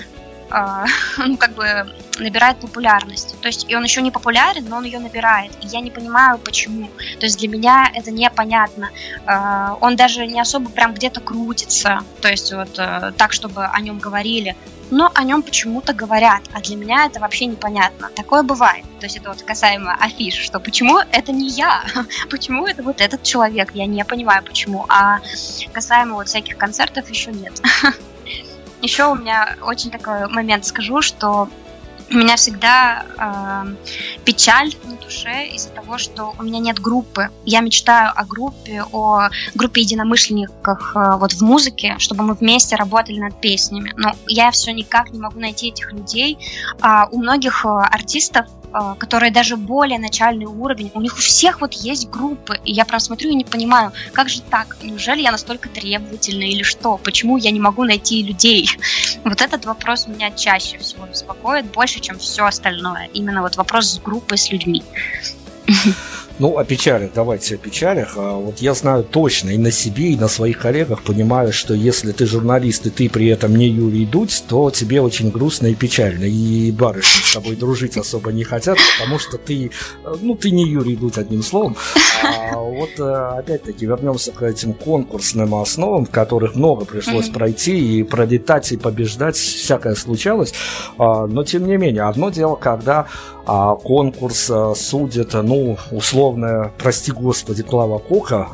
ну, как бы набирает популярность. То есть, и он еще не популярен, но он ее набирает. И я не понимаю, почему. То есть, для меня это непонятно. Он даже не особо прям где-то крутится. То есть, вот так, чтобы о нем говорили. Но о нем почему-то говорят, а для меня это вообще непонятно. Такое бывает. То есть это вот касаемо афиш, что почему это не я, почему это вот этот человек, я не понимаю почему. А касаемо вот всяких концертов еще нет. Еще у меня очень такой момент скажу, что у меня всегда печаль на душе из-за того, что у меня нет группы. Я мечтаю о группе единомышленников вот в музыке, чтобы мы вместе работали над песнями. Но я все никак не могу найти этих людей. У многих артистов, которые даже более начальный уровень, у них у всех вот есть группы. И я прям смотрю и не понимаю, как же так? Неужели я настолько требовательна или что? Почему я не могу найти людей? Вот этот вопрос меня чаще всего беспокоит, больше, чем все остальное. Именно вот вопрос с группой, с людьми. Ну, о печалях, давайте о печалях. Вот я знаю точно и на себе, и на своих коллегах понимаю, что если ты журналист, и ты при этом не Юрий Дудь, то тебе очень грустно и печально. И барышни с тобой дружить особо не хотят, потому что ты не Юрий Дудь, одним словом. А вот опять-таки вернемся к этим конкурсным основам, которых много пришлось пройти, и пролетать, и побеждать, всякое случалось. Но тем не менее, одно дело, когда конкурс судит, условно, прости господи, Клава Кока,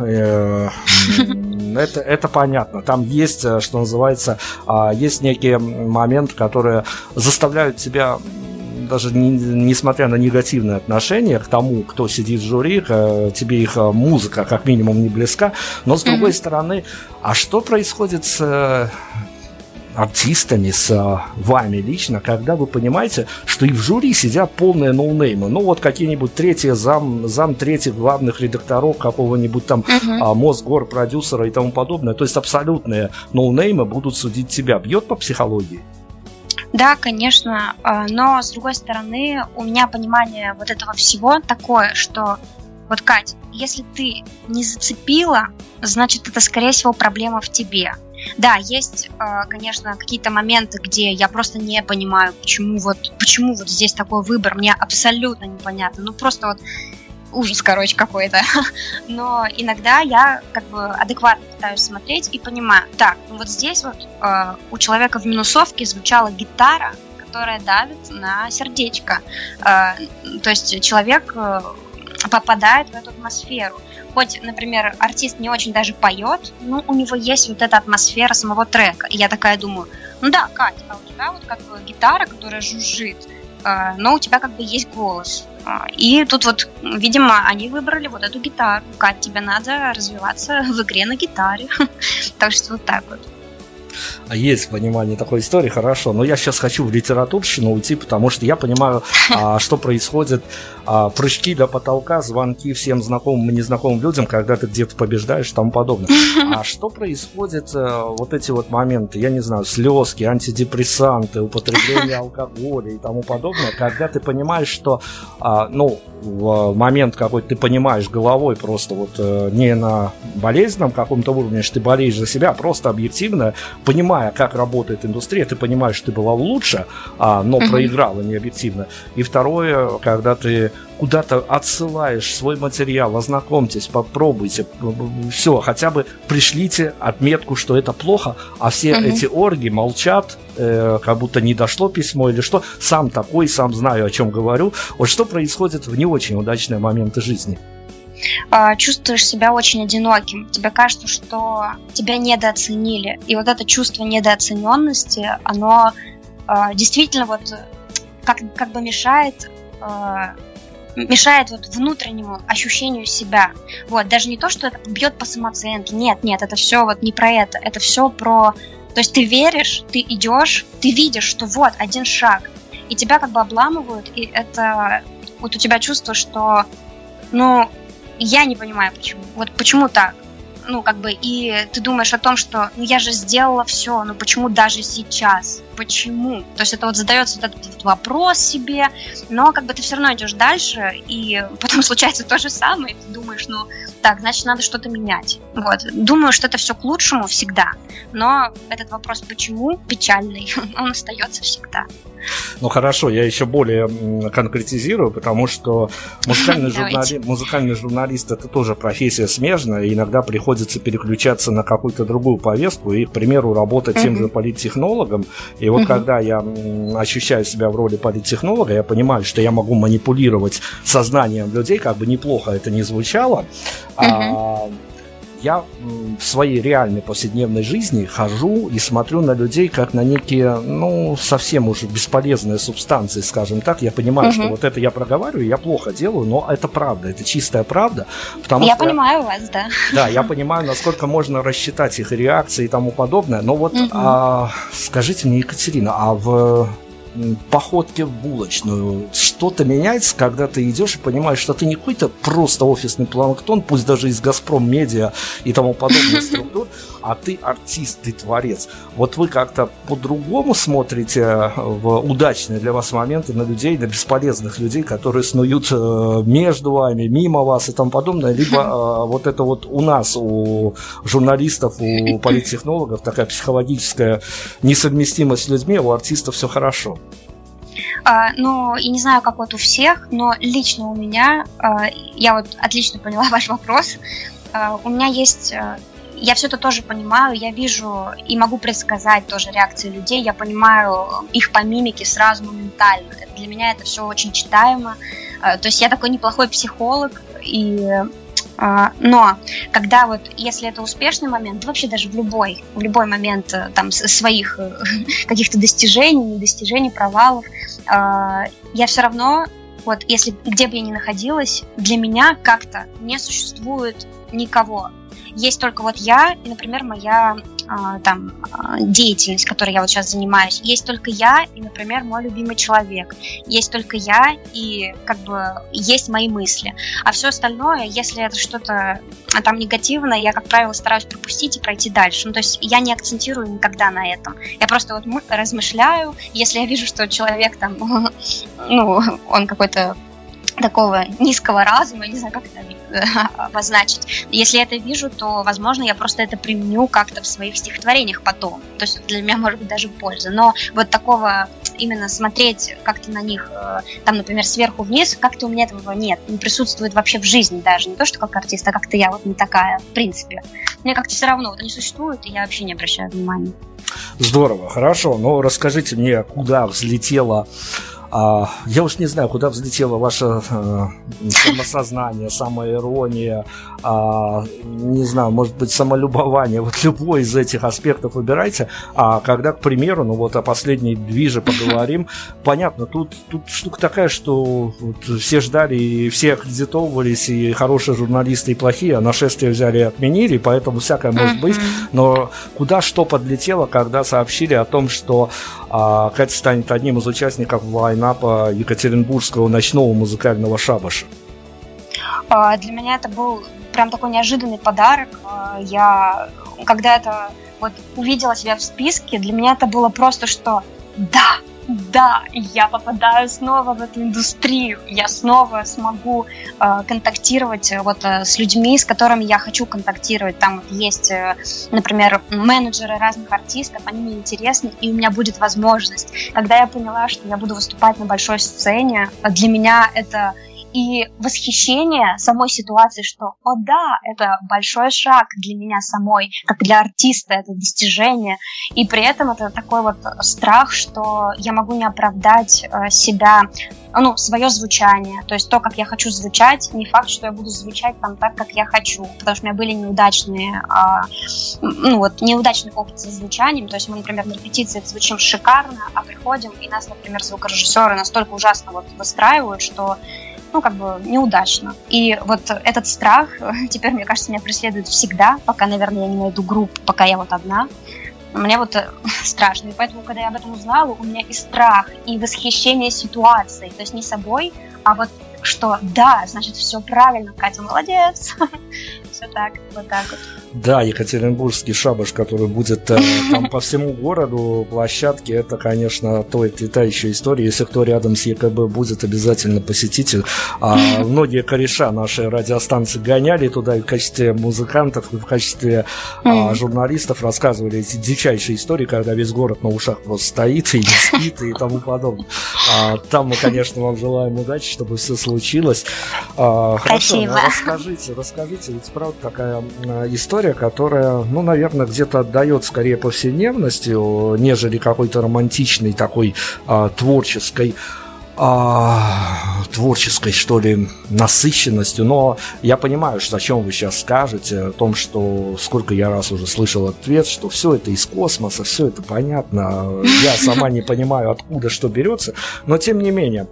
это понятно. Там есть, что называется, есть некие моменты, которые заставляют тебя, даже несмотря на негативное отношение к тому, кто сидит в жюри, тебе их музыка как минимум не близка, но с другой стороны, а что происходит с артистами, с вами лично, когда вы понимаете, что и в жюри сидят полные ноунеймы, вот какие-нибудь зам третьих главных редакторов какого-нибудь там Мосгор, продюсера и тому подобное, то есть абсолютные ноунеймы будут судить тебя. Бьет по психологии? Да, конечно, но с другой стороны, у меня понимание вот этого всего такое, что вот, Кать, если ты не зацепила, значит, это, скорее всего, проблема в тебе. Да, есть, конечно, какие-то моменты, где я просто не понимаю, почему вот здесь такой выбор, мне абсолютно непонятно. Просто вот ужас, какой-то. Но иногда я как бы адекватно пытаюсь смотреть и понимаю, так, вот здесь вот у человека в минусовке звучала гитара, которая давит на сердечко. То есть человек попадает в эту атмосферу. Хоть, например, артист не очень даже поет, но у него есть вот эта атмосфера самого трека. И я такая думаю, да, Кать, а у тебя вот как бы гитара, которая жужжит, но у тебя как бы есть голос. И тут вот, видимо, они выбрали вот эту гитару. Кать, тебе надо развиваться в игре на гитаре. Так что вот так вот. Есть понимание такой истории, хорошо. Но я сейчас хочу в литературщину уйти, потому что я понимаю, что происходит. Прыжки до потолка, звонки всем знакомым и незнакомым людям, когда ты где-то побеждаешь и тому подобное. А что происходит, вот эти вот моменты, я не знаю, слезки, антидепрессанты, употребление алкоголя и тому подобное, когда ты понимаешь, что, в момент какой-то ты понимаешь головой просто вот не на болезненном каком-то уровне, что ты болеешь за себя, а просто объективно, понимая, как работает индустрия, ты понимаешь, что ты была лучше, но проиграла не объективно. И второе, когда ты куда-то отсылаешь свой материал, ознакомьтесь, попробуйте, все, хотя бы пришлите отметку, что это плохо, а все эти орги молчат, как будто не дошло письмо или что. Сам такой, сам знаю, о чем говорю. Вот что происходит в не очень удачные моменты жизни? Чувствуешь себя очень одиноким. Тебе кажется, что тебя недооценили. И вот это чувство недооцененности, оно действительно вот как бы мешает вот внутреннему ощущению себя. Вот, даже не то, что это бьет по самооценке. Нет, это все вот не про это. Это все про... То есть ты веришь, ты идешь, ты видишь, что вот один шаг, и тебя как бы обламывают, и это... Вот у тебя чувство, что... я не понимаю, почему. Вот почему так? И ты думаешь о том, что я же сделала все, почему даже сейчас? почему. То есть это вот задается вот этот вот вопрос себе, но как бы ты все равно идешь дальше, и потом случается то же самое, и ты думаешь, ну, так, значит, надо что-то менять. Вот. Думаю, что это все к лучшему всегда, но этот вопрос «почему?» печальный, он остается всегда. Ну хорошо, я еще более конкретизирую, потому что музыкальный журналист это тоже профессия смежная, и иногда приходится переключаться на какую-то другую повестку и, к примеру, работать тем же политтехнологом. И вот когда я ощущаю себя в роли политтехнолога, я понимаю, что я могу манипулировать сознанием людей, как бы неплохо это ни звучало. Я в своей реальной повседневной жизни хожу и смотрю на людей как на некие, ну, совсем уже бесполезные субстанции, скажем так. Я понимаю, что вот это я проговариваю, я плохо делаю, но это правда, это чистая правда. Я понимаю вас, да. Да, я понимаю, насколько можно рассчитать их реакции и тому подобное. Но вот скажите мне, Екатерина, а в походке в булочную что-то меняется, когда ты идешь и понимаешь, что ты не какой-то просто офисный планктон, пусть даже из Газпром Медиа и тому подобных структур, а ты артист, ты творец. Вот вы как-то по-другому смотрите в удачные для вас моменты на людей, на бесполезных людей, которые снуют между вами, мимо вас и тому подобное, либо вот это вот у нас, у журналистов, у политтехнологов такая психологическая несовместимость с людьми, а у артистов все хорошо. Ну, и не знаю, как вот у всех, но лично у меня, я вот отлично поняла ваш вопрос, у меня есть, я все это тоже понимаю, я вижу и могу предсказать тоже реакции людей, я понимаю их по мимике сразу моментально, для меня это все очень читаемо, то есть я такой неплохой психолог, но когда вот, если это успешный момент, вообще даже в любой момент там своих каких-то достижений, провалов, я все равно, вот если где бы я ни находилась, для меня как-то не существует никого. Есть только вот я и, например, моя деятельность, которой я вот сейчас занимаюсь. Есть только я и, например, мой любимый человек. Есть только я и как бы есть мои мысли. А все остальное, если это что-то там негативное, я, как правило, стараюсь пропустить и пройти дальше. Ну, то есть я не акцентирую никогда на этом. Я просто вот размышляю. Если я вижу, что человек там, ну, он какой-то такого низкого разума, я не знаю, как это обозначить. Если я это вижу, то, возможно, я просто это применю как-то в своих стихотворениях потом. То есть для меня может быть даже польза. Но вот такого именно смотреть как-то на них, там, например, сверху вниз, как-то у меня этого нет. Не присутствует вообще в жизни даже. Не то, что как артист, а как-то я вот не такая, в принципе. Мне как-то все равно, вот они существуют, и я вообще не обращаю внимания. Здорово, хорошо. Но расскажите мне, куда взлетела... Я уж не знаю, куда взлетело ваше самосознание, самоирония, не знаю, может быть, самолюбование. Вот любой из этих аспектов выбирайте. А когда, к примеру, ну вот о последней движе поговорим, понятно, тут штука такая, что вот все ждали, и все аккредитовывались, и хорошие журналисты, и плохие, а нашествие взяли и отменили, поэтому всякое может быть. Но куда что подлетело, когда сообщили о том, что Катя станет одним из участников лайнапа Екатеринбургского ночного музыкального шабаша? Для меня это был прям такой неожиданный подарок. Я, когда это вот увидела себя в списке, для меня это было просто, что да, я попадаю снова в эту индустрию, я снова смогу контактировать вот с людьми, с которыми я хочу контактировать. Там вот есть, например, менеджеры разных артистов, они мне интересны, и у меня будет возможность. Когда я поняла, что я буду выступать на большой сцене, для меня это и восхищение самой ситуации, что, о да, это большой шаг для меня самой, как для артиста, это достижение. И при этом это такой вот страх, что я могу не оправдать себя, ну, свое звучание. То есть то, как я хочу звучать, не факт, что я буду звучать там так, как я хочу. Потому что у меня были неудачный опыт со звучанием. То есть мы, например, на репетиции звучим шикарно, а приходим, и нас, например, звукорежиссеры настолько ужасно вот выстраивают, что как бы неудачно. И вот этот страх теперь, мне кажется, меня преследует всегда, пока, наверное, я не найду группу, пока я вот одна. Мне вот страшно. И поэтому, когда я об этом узнала, у меня и страх, и восхищение ситуацией. То есть не собой, а вот что да, значит, все правильно, Катя молодец. Все так, вот так вот. Да, екатеринбургский шабаш, который будет там по всему городу, площадки, это, конечно, та еще история. Если кто рядом с ЕКБ будет, обязательно посетите. Многие кореша нашей радиостанции гоняли туда и в качестве музыкантов, и в качестве журналистов рассказывали эти дичайшие истории, когда весь город на ушах просто стоит и не спит и тому подобное. Там мы, конечно, вам желаем удачи, чтобы все случилось. Хорошо, расскажите, ведь правда такая история, которая, которая, где-то отдает скорее повседневностью, нежели какой-то романтичной такой творческой, что ли, насыщенностью. Но я понимаю, о чем вы сейчас скажете, о том, что сколько я раз уже слышал ответ, что все это из космоса, все это понятно, я сама не понимаю, откуда что берется, но тем не менее,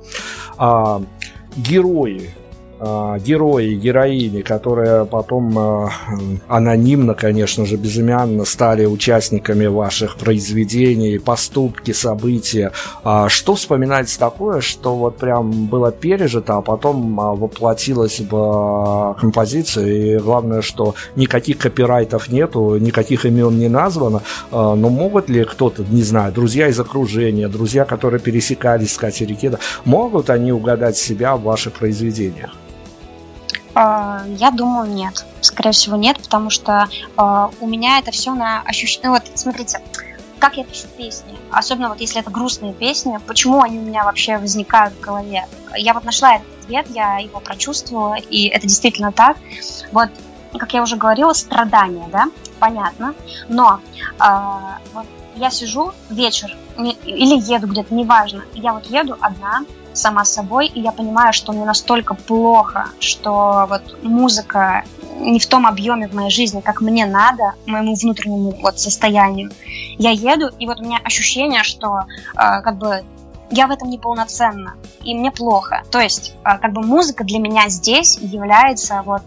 герои, героини, которые потом анонимно, конечно же, безымянно стали участниками ваших произведений, поступки, события. Что вспоминается такое, что вот прям было пережито, а потом воплотилось в композицию, и главное, что никаких копирайтов нету, никаких имен не названо, но могут ли кто-то, не знаю, друзья из окружения, друзья, которые пересекались с Катей Рикедо, могут они угадать себя в ваших произведениях? Я думаю, нет. Скорее всего, нет, потому что у меня это все на ощущение. Вот, смотрите, как я пишу песни, особенно вот если это грустные песни, почему они у меня вообще возникают в голове. Я вот нашла этот ответ, я его прочувствовала, и это действительно так. Вот, как я уже говорила, страдания, да, понятно, но вот я сижу вечер или еду где-то, неважно, я вот еду одна, сама с собой, и я понимаю, что мне настолько плохо, что вот музыка не в том объеме в моей жизни, как мне надо, моему внутреннему вот состоянию. Я еду, и вот у меня ощущение, что как бы я в этом неполноценна, и мне плохо. То есть как бы музыка для меня здесь является вот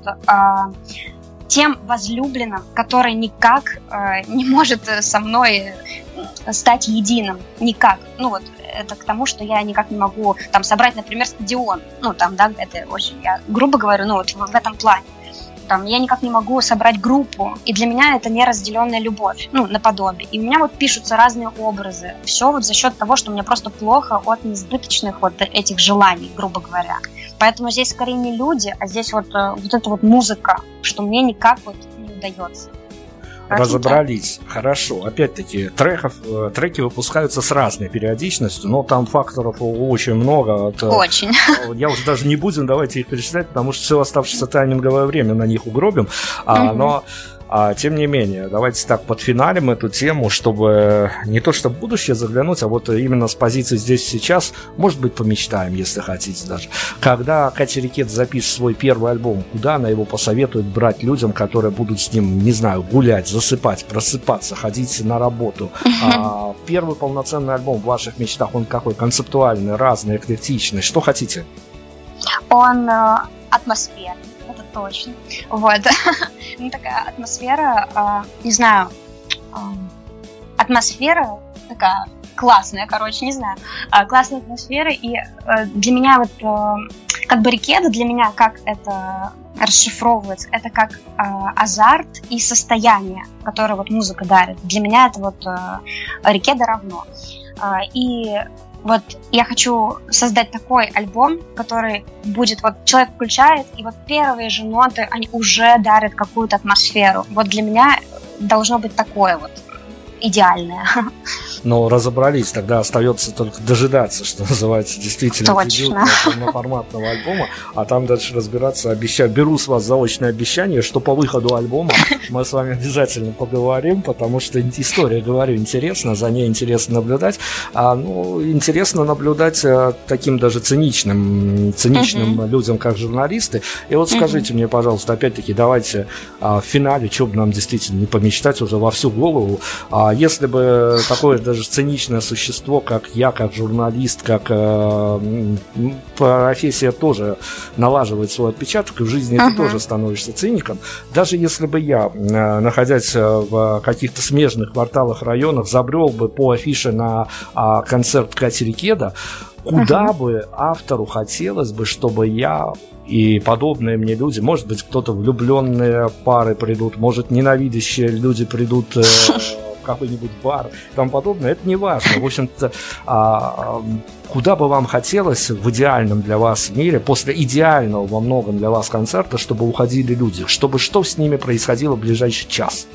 тем возлюбленным, который никак не может со мной стать единым. Никак. Ну вот, это к тому, что я никак не могу там собрать, например, стадион. Ну, там, да, это очень, я грубо говорю, ну, вот в этом плане. Там, я никак не могу собрать группу, и для меня это неразделенная любовь, ну, наподобие. И у меня вот пишутся разные образы. Все вот за счет того, что мне просто плохо от несбыточных вот этих желаний, грубо говоря. Поэтому здесь скорее не люди, а здесь вот эта вот музыка, что мне никак вот не удается. Разобрались. Хорошо. Опять-таки, треки выпускаются с разной периодичностью, но там факторов очень много. Очень. Я уже даже не будем, давайте их перечислять, потому что все оставшееся тайминговое время на них угробим. Но тем не менее, давайте так подфиналим эту тему, чтобы не то что в будущее заглянуть, а вот именно с позиции здесь и сейчас, может быть, помечтаем, если хотите даже. Когда Катя Рикедо запишет свой первый альбом, куда она его посоветует брать людям, которые будут с ним, не знаю, гулять, засыпать, просыпаться, ходить на работу? Первый полноценный альбом в ваших мечтах, он какой? Концептуальный, разный, эклектичный, что хотите? Он атмосферный. Это точно. Вот. Ну, такая атмосфера, не знаю, атмосфера такая классная, короче, не знаю, классная атмосфера, и для меня вот, как бы Рикедо, для меня как это расшифровывается, это как азарт и состояние, которое вот музыка дарит. Для меня это вот Рикедо равно. И вот я хочу создать такой альбом, который будет, вот человек включает, и вот первые же ноты, они уже дарят какую-то атмосферу. Вот для меня должно быть такое вот идеальное. Но разобрались, тогда остается только дожидаться, что называется, действительно дебютного полноформатного альбома, а там дальше разбираться. Беру с вас заочное обещание, что по выходу альбома мы с вами обязательно поговорим, потому что история, говорю, интересна, за ней интересно наблюдать. Интересно наблюдать таким даже циничным людям, как журналисты. И вот скажите мне, пожалуйста, опять-таки, давайте в финале, что бы нам действительно не помечтать уже во всю голову, если бы такое даже циничное существо, как я, как журналист, как профессия тоже налаживает свой отпечаток, и в жизни ты тоже становишься циником. Даже если бы я, находясь в каких-то смежных кварталах, районах, забрел бы по афише на концерт Кати Рикеда, куда бы автору хотелось бы, чтобы я и подобные мне люди, может быть, кто-то влюбленные пары придут, может, ненавидящие люди придут в какой-нибудь бар и тому подобное, это не важно. В общем-то, куда бы вам хотелось в идеальном для вас мире, после идеального во многом для вас концерта, чтобы уходили люди, чтобы что с ними происходило в ближайший час?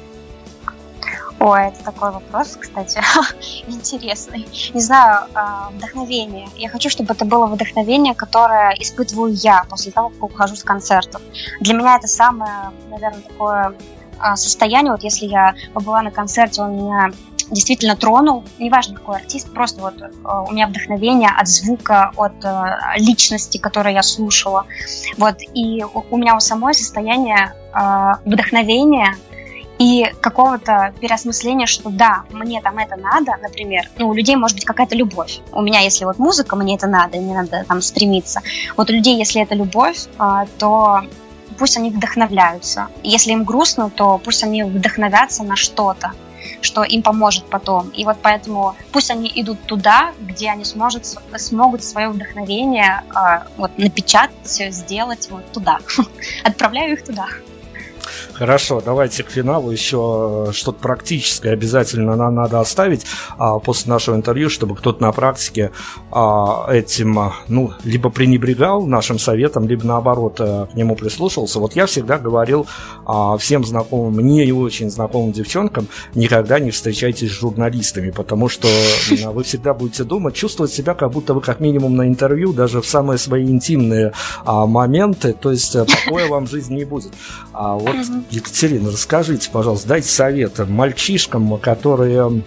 Ой, это такой вопрос, кстати, интересный. Не знаю, вдохновение. Я хочу, чтобы это было вдохновение, которое испытываю я после того, как ухожу с концертов. Для меня это самое, наверное, такое состояние. Вот если я побыла на концерте, он меня действительно тронул, неважно какой артист, просто вот у меня вдохновение от звука, от личности, которую я слушала. Вот, и у меня у самой состояние вдохновения и какого-то переосмысления, что да, мне там это надо, например, у людей может быть какая-то любовь. У меня, если вот музыка, мне это надо, и мне надо там стремиться. Вот у людей, если это любовь, то пусть они вдохновляются. Если им грустно, то пусть они вдохновятся на что-то, что им поможет потом. И вот поэтому пусть они идут туда, где они смогут свое вдохновение напечатать, сделать вот туда. Отправляю их туда. Хорошо, давайте к финалу еще что-то практическое обязательно нам надо оставить после нашего интервью, чтобы кто-то на практике этим, либо пренебрегал нашим советом, либо наоборот к нему прислушивался. Вот я всегда говорил всем знакомым, мне и очень знакомым девчонкам, никогда не встречайтесь с журналистами, потому что вы всегда будете дома чувствовать себя, как будто вы как минимум на интервью, даже в самые свои интимные моменты, то есть покоя вам в жизни не будет. Вот, Екатерина, расскажите, пожалуйста, дайте совет мальчишкам, которые,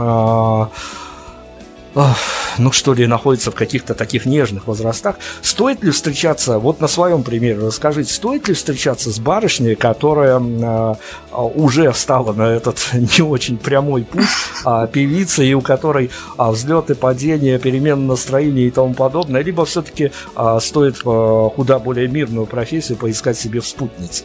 находятся в каких-то таких нежных возрастах. Стоит ли встречаться, вот на своем примере расскажите, стоит ли встречаться с барышней, которая уже встала на этот не очень прямой путь певицы, и у которой взлеты, падения, перемены настроения и тому подобное, либо все-таки стоит куда более мирную профессию поискать себе в спутнице?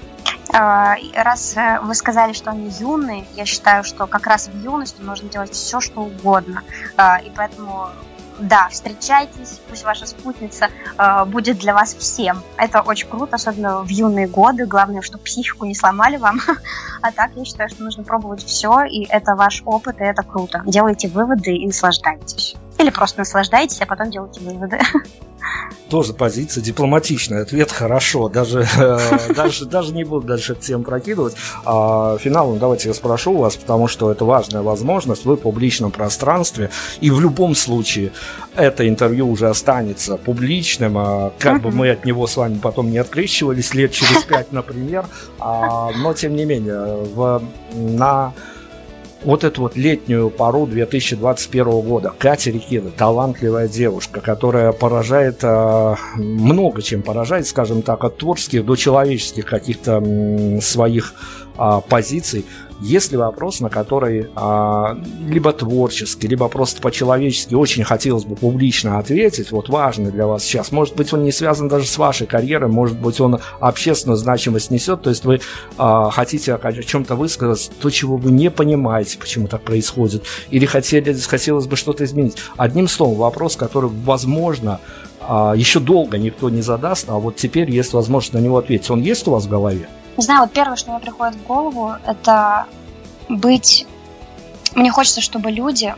Раз вы сказали, что они юные, я считаю, что как раз в юности можно делать все, что угодно. И поэтому, да, встречайтесь, пусть ваша спутница будет для вас всем. Это очень круто, особенно в юные годы. Главное, чтобы психику не сломали вам. А так, я считаю, что нужно пробовать все, и это ваш опыт, и это круто. Делайте выводы и наслаждайтесь. Или просто наслаждайтесь, а потом делайте выводы. Тоже позиция, дипломатичный ответ, хорошо. Даже не буду дальше тему прокидывать. Финалом давайте я спрошу вас, потому что это важная возможность. Вы в публичном пространстве, и в любом случае это интервью уже останется публичным, как бы мы от него с вами потом не открещивались лет через 5, например. Но тем не менее, на вот эту вот летнюю пору 2021 года Катя Рикеда, талантливая девушка, которая поражает, много чем поражает, скажем так, от творческих до человеческих каких-то своих позиций. Есть ли вопрос, на который либо творчески, либо просто по-человечески очень хотелось бы публично ответить, вот важный для вас сейчас? Может быть, он не связан даже с вашей карьерой, может быть, он общественную значимость несет, то есть вы хотите о чем-то высказать, то, чего вы не понимаете, почему так происходит, или хотелось бы что-то изменить. Одним словом, вопрос, который, возможно, еще долго никто не задаст, а вот теперь есть возможность на него ответить. Он есть у вас в голове? Не знаю, вот первое, что мне приходит в голову, это быть... Мне хочется, чтобы люди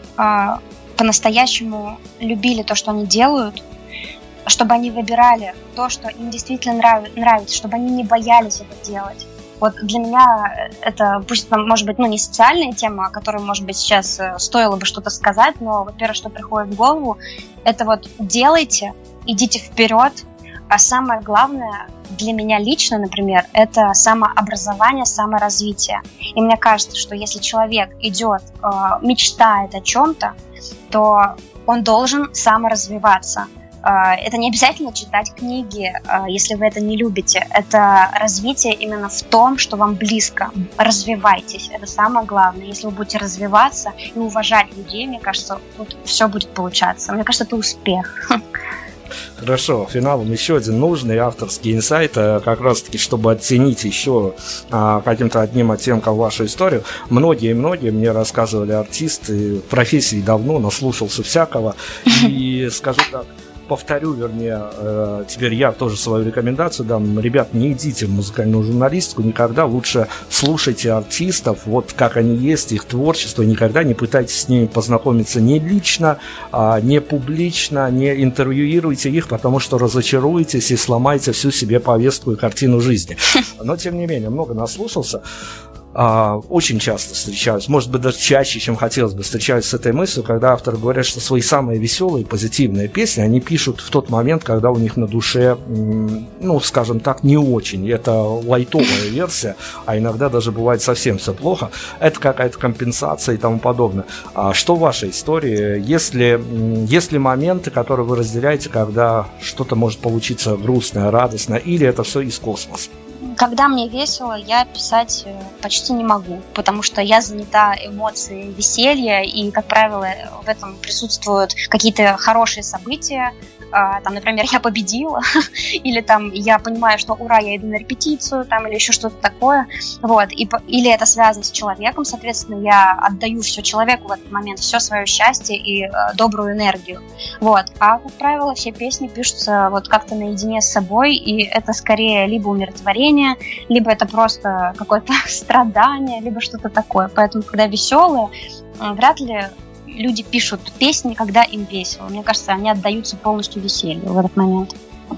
по-настоящему любили то, что они делают, чтобы они выбирали то, что им действительно нравится, чтобы они не боялись это делать. Вот для меня это, пусть это, может быть, не социальная тема, о которой, может быть, сейчас стоило бы что-то сказать, но вот первое, что приходит в голову, это вот делайте, идите вперед, а самое главное для меня лично, например, это самообразование, саморазвитие. И мне кажется, что если человек идет, мечтает о чем-то, то он должен саморазвиваться. Это не обязательно читать книги, если вы это не любите. Это развитие именно в том, что вам близко. Развивайтесь, это самое главное. Если вы будете развиваться и уважать людей, мне кажется, вот все будет получаться. Мне кажется, это успех. Хорошо, финалом еще один нужный авторский инсайт, как раз-таки, чтобы оценить еще каким-то одним оттенком вашу историю. Многие мне рассказывали артисты, в профессии давно, наслушался всякого, и скажу так, повторю, вернее, теперь я тоже свою рекомендацию дам. Ребят, не идите в музыкальную журналистику, никогда лучше слушайте артистов, вот как они есть, их творчество, никогда не пытайтесь с ними познакомиться не лично, не публично, не интервьюируйте их, потому что разочаруетесь и сломаете всю себе повестку и картину жизни. Но, тем не менее, много наслушался. Очень часто встречаюсь, может быть, даже чаще, чем хотелось бы, встречаюсь с этой мыслью, когда авторы говорят, что свои самые веселые, позитивные песни они пишут в тот момент, когда у них на душе, ну, скажем так, не очень. Это лайтовая версия, а иногда даже бывает совсем все плохо. Это какая-то компенсация и тому подобное. Что в вашей истории? Есть ли моменты, которые вы разделяете, когда что-то может получиться грустное, радостное, или это все из космоса? Когда мне весело, я писать почти не могу, потому что я занята эмоцией веселья, и, как правило, в этом присутствуют какие-то хорошие события. Там, например, я победила, или там я понимаю, что ура, я иду на репетицию, там, или еще что-то такое, вот, или это связано с человеком, соответственно, я отдаю все человеку в этот момент, все свое счастье и добрую энергию, вот, а, как правило, все песни пишутся вот как-то наедине с собой, и это скорее либо умиротворение, либо это просто какое-то страдание, либо что-то такое, поэтому, когда веселые, вряд ли люди пишут песни, когда им весело. Мне кажется, они отдаются полностью веселью в этот момент.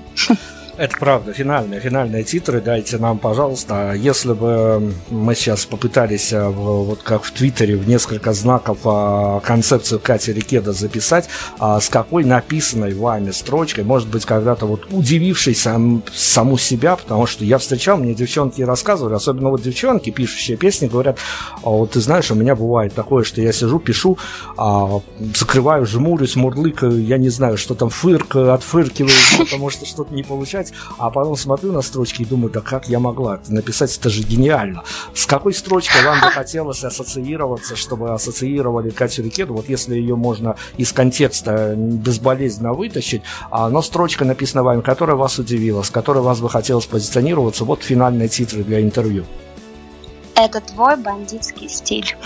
Это правда, финальные титры дайте нам, пожалуйста. Если бы мы сейчас попытались, вот как в Твиттере, в несколько знаков концепцию Кати Рикедо записать, с какой написанной вами строчкой, может быть, когда-то вот удивившей саму себя, потому что я встречал, мне девчонки рассказывали, особенно вот девчонки, пишущие песни, говорят, вот ты знаешь, у меня бывает такое, что я сижу, пишу, закрываю, жмурюсь, мурлыкаю, я не знаю, что там, фыркаю, отфыркиваю, потому что что-то не получается. А потом смотрю на строчки и думаю, да как я могла написать, это же гениально. С какой строчкой вам бы хотелось ассоциироваться, чтобы ассоциировали Катю Рикедо, вот если ее можно из контекста безболезненно вытащить, но строчка написана вами, которая вас удивила, с которой вас бы хотелось позиционироваться, вот финальные титры для интервью. Это твой бандитский стиль.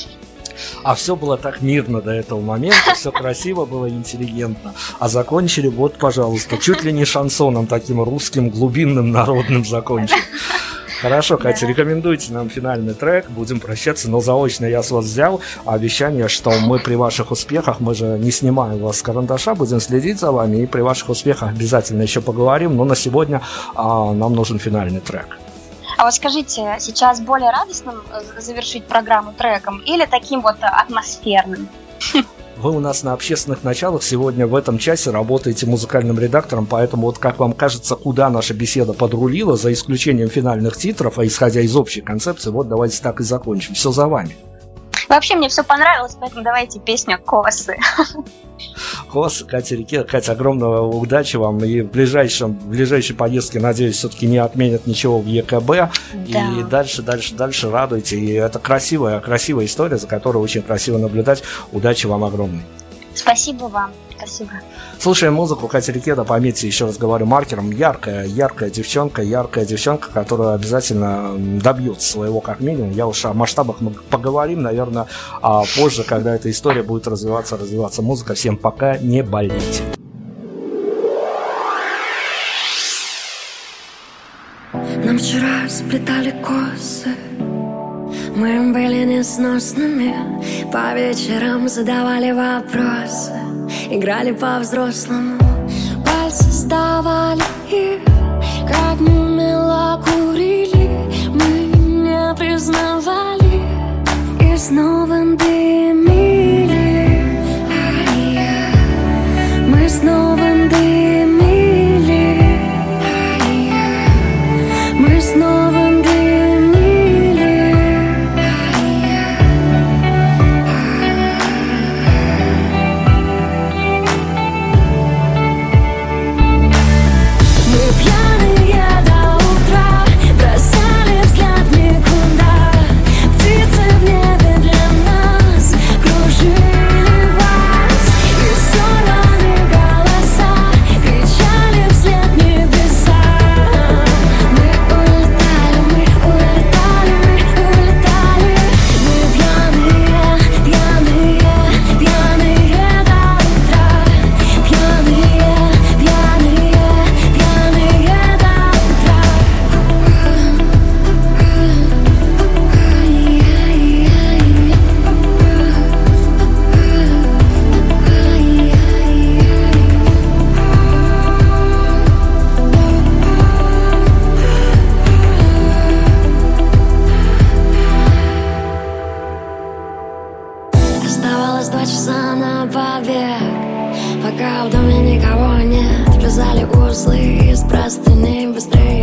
А все было так мирно до этого момента, все красиво было, интеллигентно. А закончили, вот, пожалуйста, чуть ли не шансоном таким русским, глубинным, народным закончили. Хорошо, Катя, рекомендуйте нам финальный трек, будем прощаться, но заочно я с вас взял обещание, что мы при ваших успехах, мы же не снимаем вас с карандаша, будем следить за вами, и при ваших успехах обязательно еще поговорим, но на сегодня нам нужен финальный трек. А вот скажите, сейчас более радостным завершить программу треком или таким вот атмосферным? Вы у нас на общественных началах сегодня в этом часе работаете музыкальным редактором, поэтому вот как вам кажется, куда наша беседа подрулила, за исключением финальных титров, а исходя из общей концепции, вот давайте так и закончим. Все за вами. Вообще мне все понравилось, поэтому давайте песню «Косы». Косы, Катя Рикедо. Катя, огромного удачи вам. И в ближайшей поездке, надеюсь, все-таки не отменят ничего в ЕКБ. Да. И дальше радуйте. И это красивая история, за которой очень красиво наблюдать. Удачи вам огромной. Спасибо вам. Спасибо. Слушаем музыку. Катя Рикедо, пометьте, еще раз говорю, маркером. Яркая девчонка, которая обязательно добьется своего как минимум. Я уж о масштабах мы поговорим, наверное, позже, когда эта история будет развиваться. Музыка. Всем пока, не болейте. Нам вчера сплетали косы, мы были несносными, по вечерам задавали вопросы, играли по-взрослому, пальцы сдавали их, как мы мило курили, мы не признавали и снова дымили, мы снова дымили, мы снова пока в доме никого нет. Вязали узлы из простыней быстрее